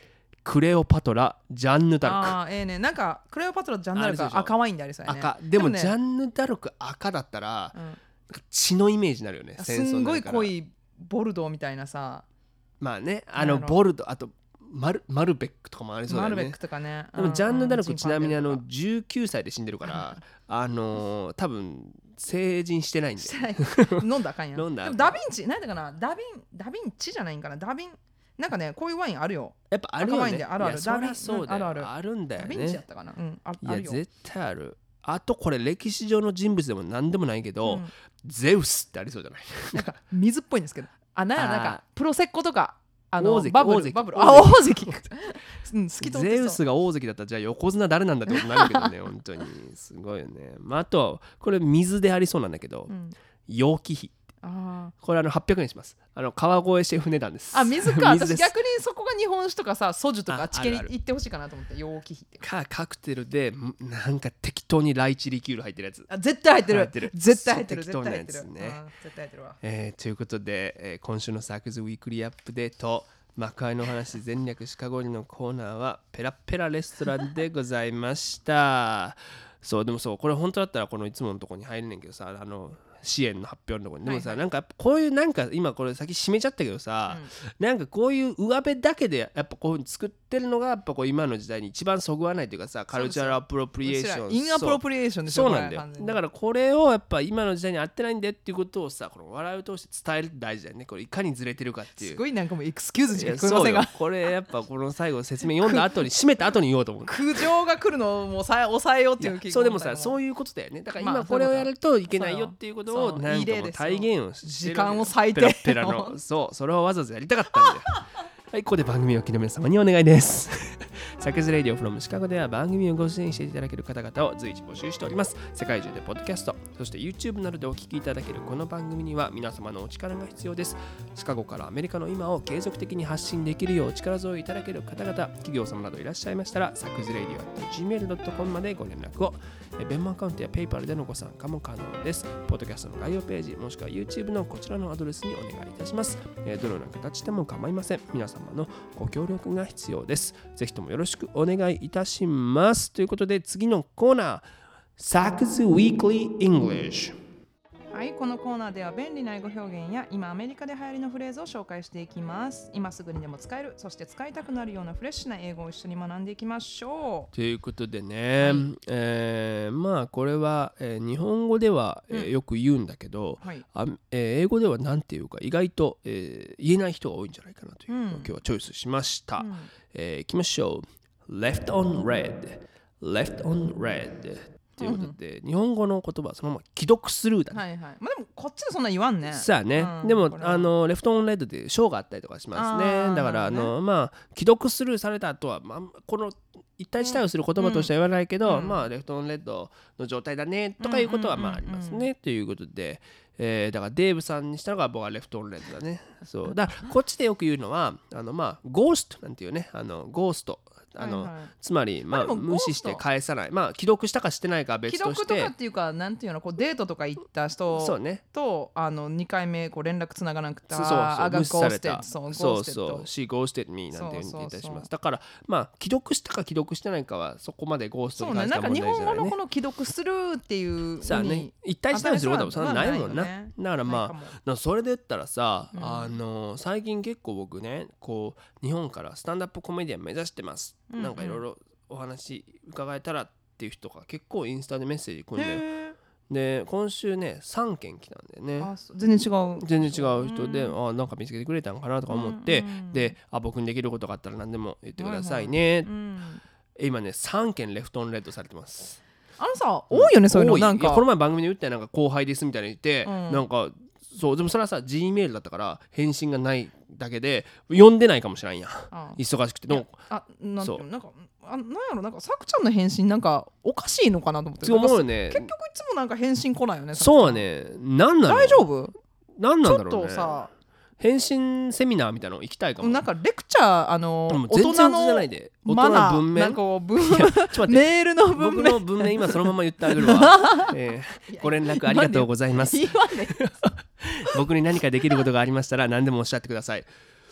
クレオパトラジャンヌ・ダルク。 ああええね、なんかクレオパトラジャンヌ・ダルクは赤ワインでありそうやね。 赤でもねジャンヌ・ダルク赤だったら、 うん、 血のイメージになるよね。 すんごい濃いボルドーみたいなさ。 まあね、あのボルドー、あとマルマルベックとかもありそうだよね。 マルベックとかね。 でもジャンヌ・ダルクちなみにあのじゅうきゅうさいで死んでるからあのー、多分成人してないんで飲んだらあかんやん。 飲んだらあかん。 でもダヴィンチなんだかな、ダヴィンダヴィンチじゃないんかな、ダヴィンなんかね、こういうワインあるよ。 やっぱあるよね。 赤ワインであるある。 ダヴィンそうだよ、 あるあるあるんだよね。 ダヴィンチやったかな、うん、あ, あるよ。 いや絶対ある。あとこれ歴史上の人物でも何でもないけど、うん、ゼウスってありそうじゃない？ なんか水っぽいんですけど、あなんやなんかプロセッコとかあの大関バブル大関バブルあ大関うん、好きとゼウスが大関だったらじゃあ横綱誰なんだってことになるけどね本当にすごいよね。まあ、あとこれ水でありそうなんだけど、うん、楊貴妃。あこれあのはっぴゃくえんします。あの川越シェフ値段です。 あ水か水私逆にそこが日本酒とかさソジュとかチケに行ってほしいかなと思って。楊貴妃ってかカクテルでなんか適当にライチリキュール入ってるやつ。 あ絶対入ってる入ってる絶対入ってる適当なやつね。 絶対入ってるわ、 えー、ということで、えー、今週のサークズウィークリーアップデート幕張の話全略シカゴリのコーナーはペラペラレストランでございましたそうでもそうこれ本当だったらこのいつものとこに入るねんけどさあの支援の発表のところにでもさ、はいはい、なんかこういうなんか今これ先閉めちゃったけどさ、うん、なんかこういう上辺だけでやっぱこういうふうに作ってるのがやっぱこう今の時代に一番そぐわないというかさカルチャルアプロプリエーションインアプロプリエーションでしょ。 そうなんだよ。だからこれをやっぱ今の時代に合ってないんだよっていうことをさこの笑いを通して伝えるって大事だよね。これいかにずれてるかっていうすごいなんかもうエクスキューズしか聞こえませんがこれやっぱこの最後説明読んだ後に締めた後に言おうと思う苦情が来るのをもうさ抑えようっていう気がそうでもさそういうことだよね。だから今これをやるといけないよっていうことをなんかもう体現をしてる時間を割いてペラペラのそうそれをわざわざやりたかったんだよはいここで番組をお聞きの皆様にお願いですサクズレディオフロムシカゴでは番組をご出演していただける方々を随時募集しております。世界中でポッドキャストそして YouTube などでお聞きいただけるこの番組には皆様のお力が必要です。シカゴからアメリカの今を継続的に発信できるようお力添えいただける方々企業様などいらっしゃいましたらサクズレディオ アットジーメールドットコム までご連絡を。ベンモアカウントや PayPal でのご参加も可能です。ポッドキャストの概要ページもしくは YouTube のこちらのアドレスにお願いいたします。どのような形でも構いません。皆様のご協力が必要です。ぜひともよろしくお願いいたします。ということで次のコーナー Saku's Weekly English。 はい、このコーナーでは便利な英語表現や今アメリカで流行りのフレーズを紹介していきます。今すぐにでも使える、そして使いたくなるようなフレッシュな英語を一緒に学んでいきましょう。 ということでね、はいえー、まあこれは、えー、日本語では、えーうん、よく言うんだけど、はいあえー、英語ではなんていうか意外と、えー、言えない人が多いんじゃないかなというのを、うん、今日はチョイスしました。うんえー、いきましょう。Left on red Left on redということで、うん、日本語の言葉はそのまま既読スルーだね。 はいはい。まあでもこっちでそんな言わんね。 さあね。うん、でもあのレフトオンレッドで章があったりとかしますね。だからあの、ね、まあ既読スルーされた後は、まあ、この一体自体をする言葉としては言わないけど、うん、まあレフトオンレッドの状態だねとかいうことはまあありますね。ということで、えー、だからデーブさんにしたのが僕はレフトオンレッドだね。そうだからこっちでよく言うのはあのまあゴーストなんていうねあのゴースト。あのはいはい、つまり、まあ、無視して返さない、まあ、既読したかしてないかは別として既読とかっていうかなんていうのこうデートとか行った人と、ね、あのにかいめこう連絡つながなくてそうそうあ無視されたそうそうそう She ghosted me なんて言ったりします。だからまあ既読したか既読してないかはそこまでゴーストに関しては問題じゃないね。 そうねなんか日本語のこの既読するっていうさあね一体自体をすることはそんなないもんな、ね、だからまあそれで言ったらさ、うん、あの最近結構僕ねこう日本からスタンダップコメディアン目指してます、うんうん、なんかいろいろお話伺えたらっていう人が結構インスタでメッセージ来るんだよ。で今週ねさんけん来たんだよね。 あ全然違う全然違う人で、うん、あなんか見つけてくれたんかなとか思って、うんうん、であ僕にできることがあったら何でも言ってくださいね、はいはいうん、今ねさんけんレフトオンレッドされてます。 あのさ多いよね、うん、そういうのなんかこの前番組で言ったらなんか後輩ですみたいに言って、うん、なんかそうでもそれはさ G メールだったから返信がないだけで読んでないかもしれんやん忙しくてのあなんていうのなんかあなんやろなんかさくちゃんの返信なんかおかしいのかなと思って思うよね。 結局いつもなんか返信来ないよね。 そうねなんなの大丈夫なんなんだろうね。 ちょっとさ返信セミナーみたいなの行きたいかも。 なんかレクチャーあの大人のマナー文面なんか文メールの文面僕の文面今そのまま言ってあげるわ、えー、ご連絡ありがとうございます。僕に何かできることがありましたら何でもおっしゃってください。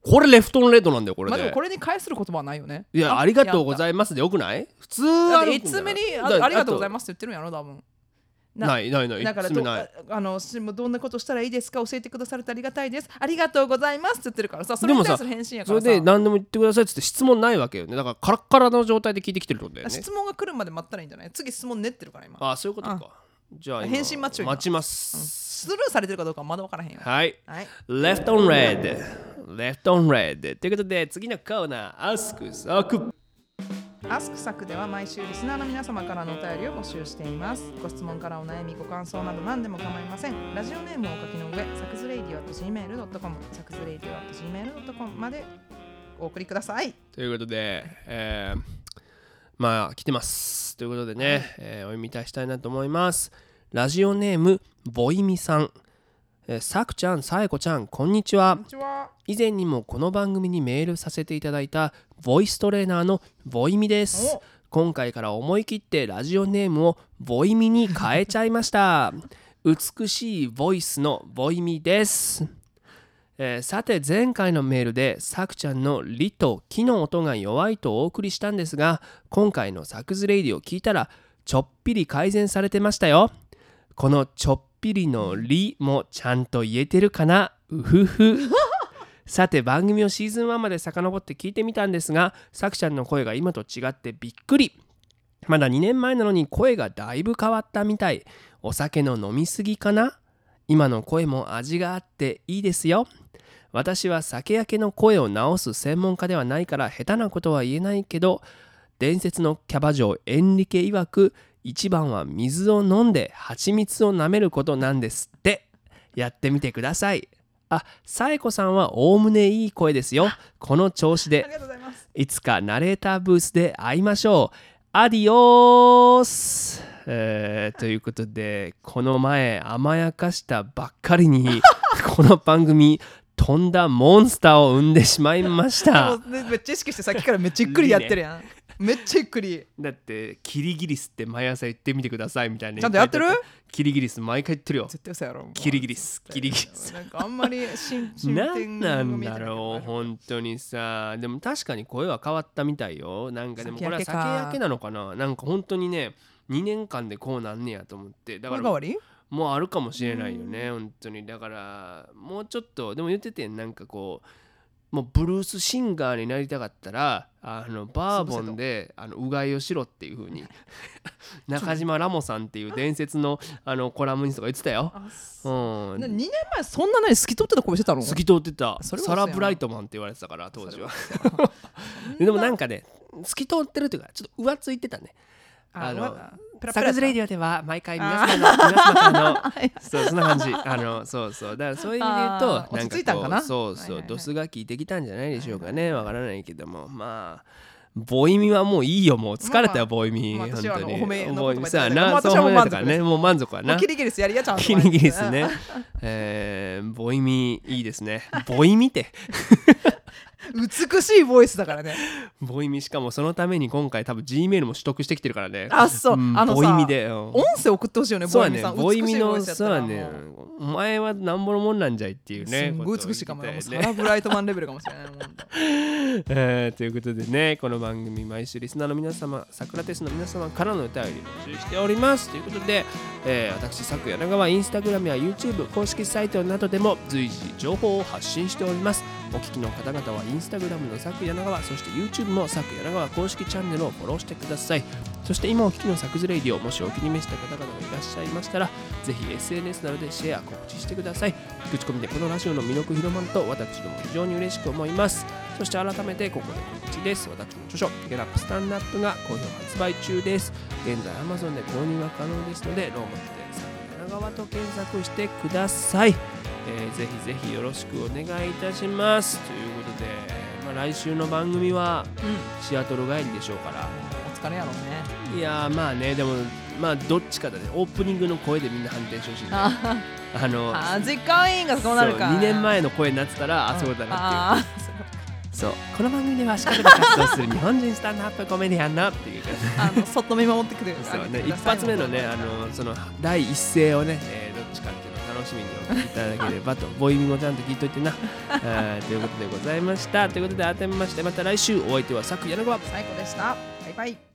これレフトオンレッドなんだよこれで。 まあでもこれに返する言葉はないよね。 いや あ, ありがとうございますでよくない？普通はいつ目に あ, ありがとうございますって言ってるんやろ多分。 なないないない。 だからどああのどんなことしたらいいですか教えてくださるとありがたいです。ありがとうございますって言ってるからさ、それに対する返信やからさ。 それで何でも言ってくださいってって質問ないわけよね。だからカラッカラの状態で聞いてきてるってことだよね。 質問が来るまで待ったらいいんじゃない？次質問練ってるから今。 ああそういうことか。じゃあ返信待ちよ。 待ちます、 うん。スルーされてるかどうかはまだ分からへんよ。 はい。 はい、 Left on red Left on red ということで次のコーナー Ask サク。 アスクサクでは毎週リスナーの皆様からのお便りを募集しています。ご質問からお悩みご感想など何でも構いません。ラジオネームをお書きの上サクズレイディオ アットジーメールドットコム サクズレイディオ アットジーメールドットコム までお送りください。 ということで、えー、まあ来てますということでね、はい、えー、お読みいたしたいなと思います。ラジオネームボイミさん、えー、さくちゃんさえこちゃんこんにちは。 こんにちは。 以前にもこの番組にメールさせていただいたボイストレーナーのボイミです。今回から思い切ってラジオネームをボイミに変えちゃいました美しいボイスのボイミです、えー、さて前回のメールでさくちゃんのリとキの音が弱いとお送りしたんですが、今回のサクズレイディを聞いたらちょっぴり改善されてましたよ。このちょっぴりのリもちゃんと言えてるかな、うふふさて番組をシーズンワンまで遡って聞いてみたんですが、さくちゃんの声が今と違ってびっくり。まだにねんまえなのに声がだいぶ変わったみたい。お酒の飲みすぎかな？今の声も味があっていいですよ。私は酒焼けの声を直す専門家ではないから下手なことは言えないけど、伝説のキャバ嬢エンリケ曰く一番は水を飲んで蜂蜜を舐めることなんですって。やってみてください。あ、さえこさんはおおむねいい声ですよ。この調子でありがとうございます。 いつかナレーターブースで会いましょう。アディオース、えー、ということでこの前甘やかしたばっかりにこの番組飛んだモンスターを生んでしまいましためっちゃ意識してさっきからめっちゃゆっくりやってるやんめっちゃゆっくり。 だってキリギリスって毎朝言ってみてくださいみたいな。 ちゃんとやってる？ キリギリス毎回言ってるよ。 絶対嘘やろ。 キリギリスキリギリスなんかあんまり新進展なんなんだろう本当にさ。でも確かに声は変わったみたいよ。なんかでもこれは酒焼けなのかな。なんか本当にねにねんかんでこうなんねやと思って。だから声変わり？ もうあるかもしれないよね本当に。だからもうちょっとでも言っててなんかこうもうブルースシンガーになりたかったらあのバーボンであのうがいをしろっていう風に中島ラモさんっていう伝説のあのコラムニストが言ってたよ。うん、 にねんまえそんなに透き通ってた声してたの？ 透き通ってた。サラ・ブライトマンって言われてたから当時はでもなんかね透き通ってるというかちょっと浮ついてたね。あのサクズレディオでは毎回皆様の皆様からのそうそんな感じ。あのそうそうだからそういう意味で言うとなんかこうそうそうドスが効いてきたんじゃないでしょうかね。わからないけどもまあボイミはもういいよ。もう疲れたよボイミ。本当に褒めのボイミさなそう褒めたからねもう満足はな。 キリギリスやりやちゃんとキリギリスねえーボイミいいですね。ボイミって美しいボイスだからねボイミ。しかもそのために今回多分 G メールも取得してきてるからね。 あそう、うん、あのさボイミで、うん、 音声送ってほしいよね。ボイミさんボイミのそうやねお前はなんぼのもんなんじゃいっていうね。 すごい美しいかも、ね、サラ・ブライトマンレベルかもしれないえー、ということでねこの番組毎週リスナーの皆様サクラテスの皆様からのお便り募集しておりますということで、えー、私サク柳川インスタグラムや YouTube 公式サイトなどでも随時情報を発信しております。お聞きの方々はインスタグラムのサク柳川そして YouTube もサク柳川公式チャンネルをフォローしてください。そして今お聞きのサクズレイディオもしお気に召した方々がいらっしゃいましたらぜひ エスエヌエス などでシェア告知してください。口コミでこのラジオの魅力広まると私ども非常に嬉しく思います。そして改めてここで告知です。私の著書ゲラップスタンダップが好評発売中です。現在 Amazon で購入が可能ですのでローマ字でサク柳川と検索してください。えー、ぜひぜひよろしくお願いいたしますということで、まあ、来週の番組はシアトル帰りでしょうから、 うん、お疲れやろうね。 いやーまあねでもまあどっちかだね。オープニングの声でみんな判定してほしいね。あのあ実感委員がそうなるかにねんまえの声になってたらあそうだなっていう。そうこの番組ではシカゴで活動する日本人スタンドアップコメディアンのっていうあのそっと見守ってくれるそうね一発目のねあのその第一声をね、えー、どっちかっていうのを頼楽しみにお聞きいただければとボイミもちゃんと聞いといてなあということでございました。ということで改めましてまた来週お相手はさくやなご最高でした。バイバイ。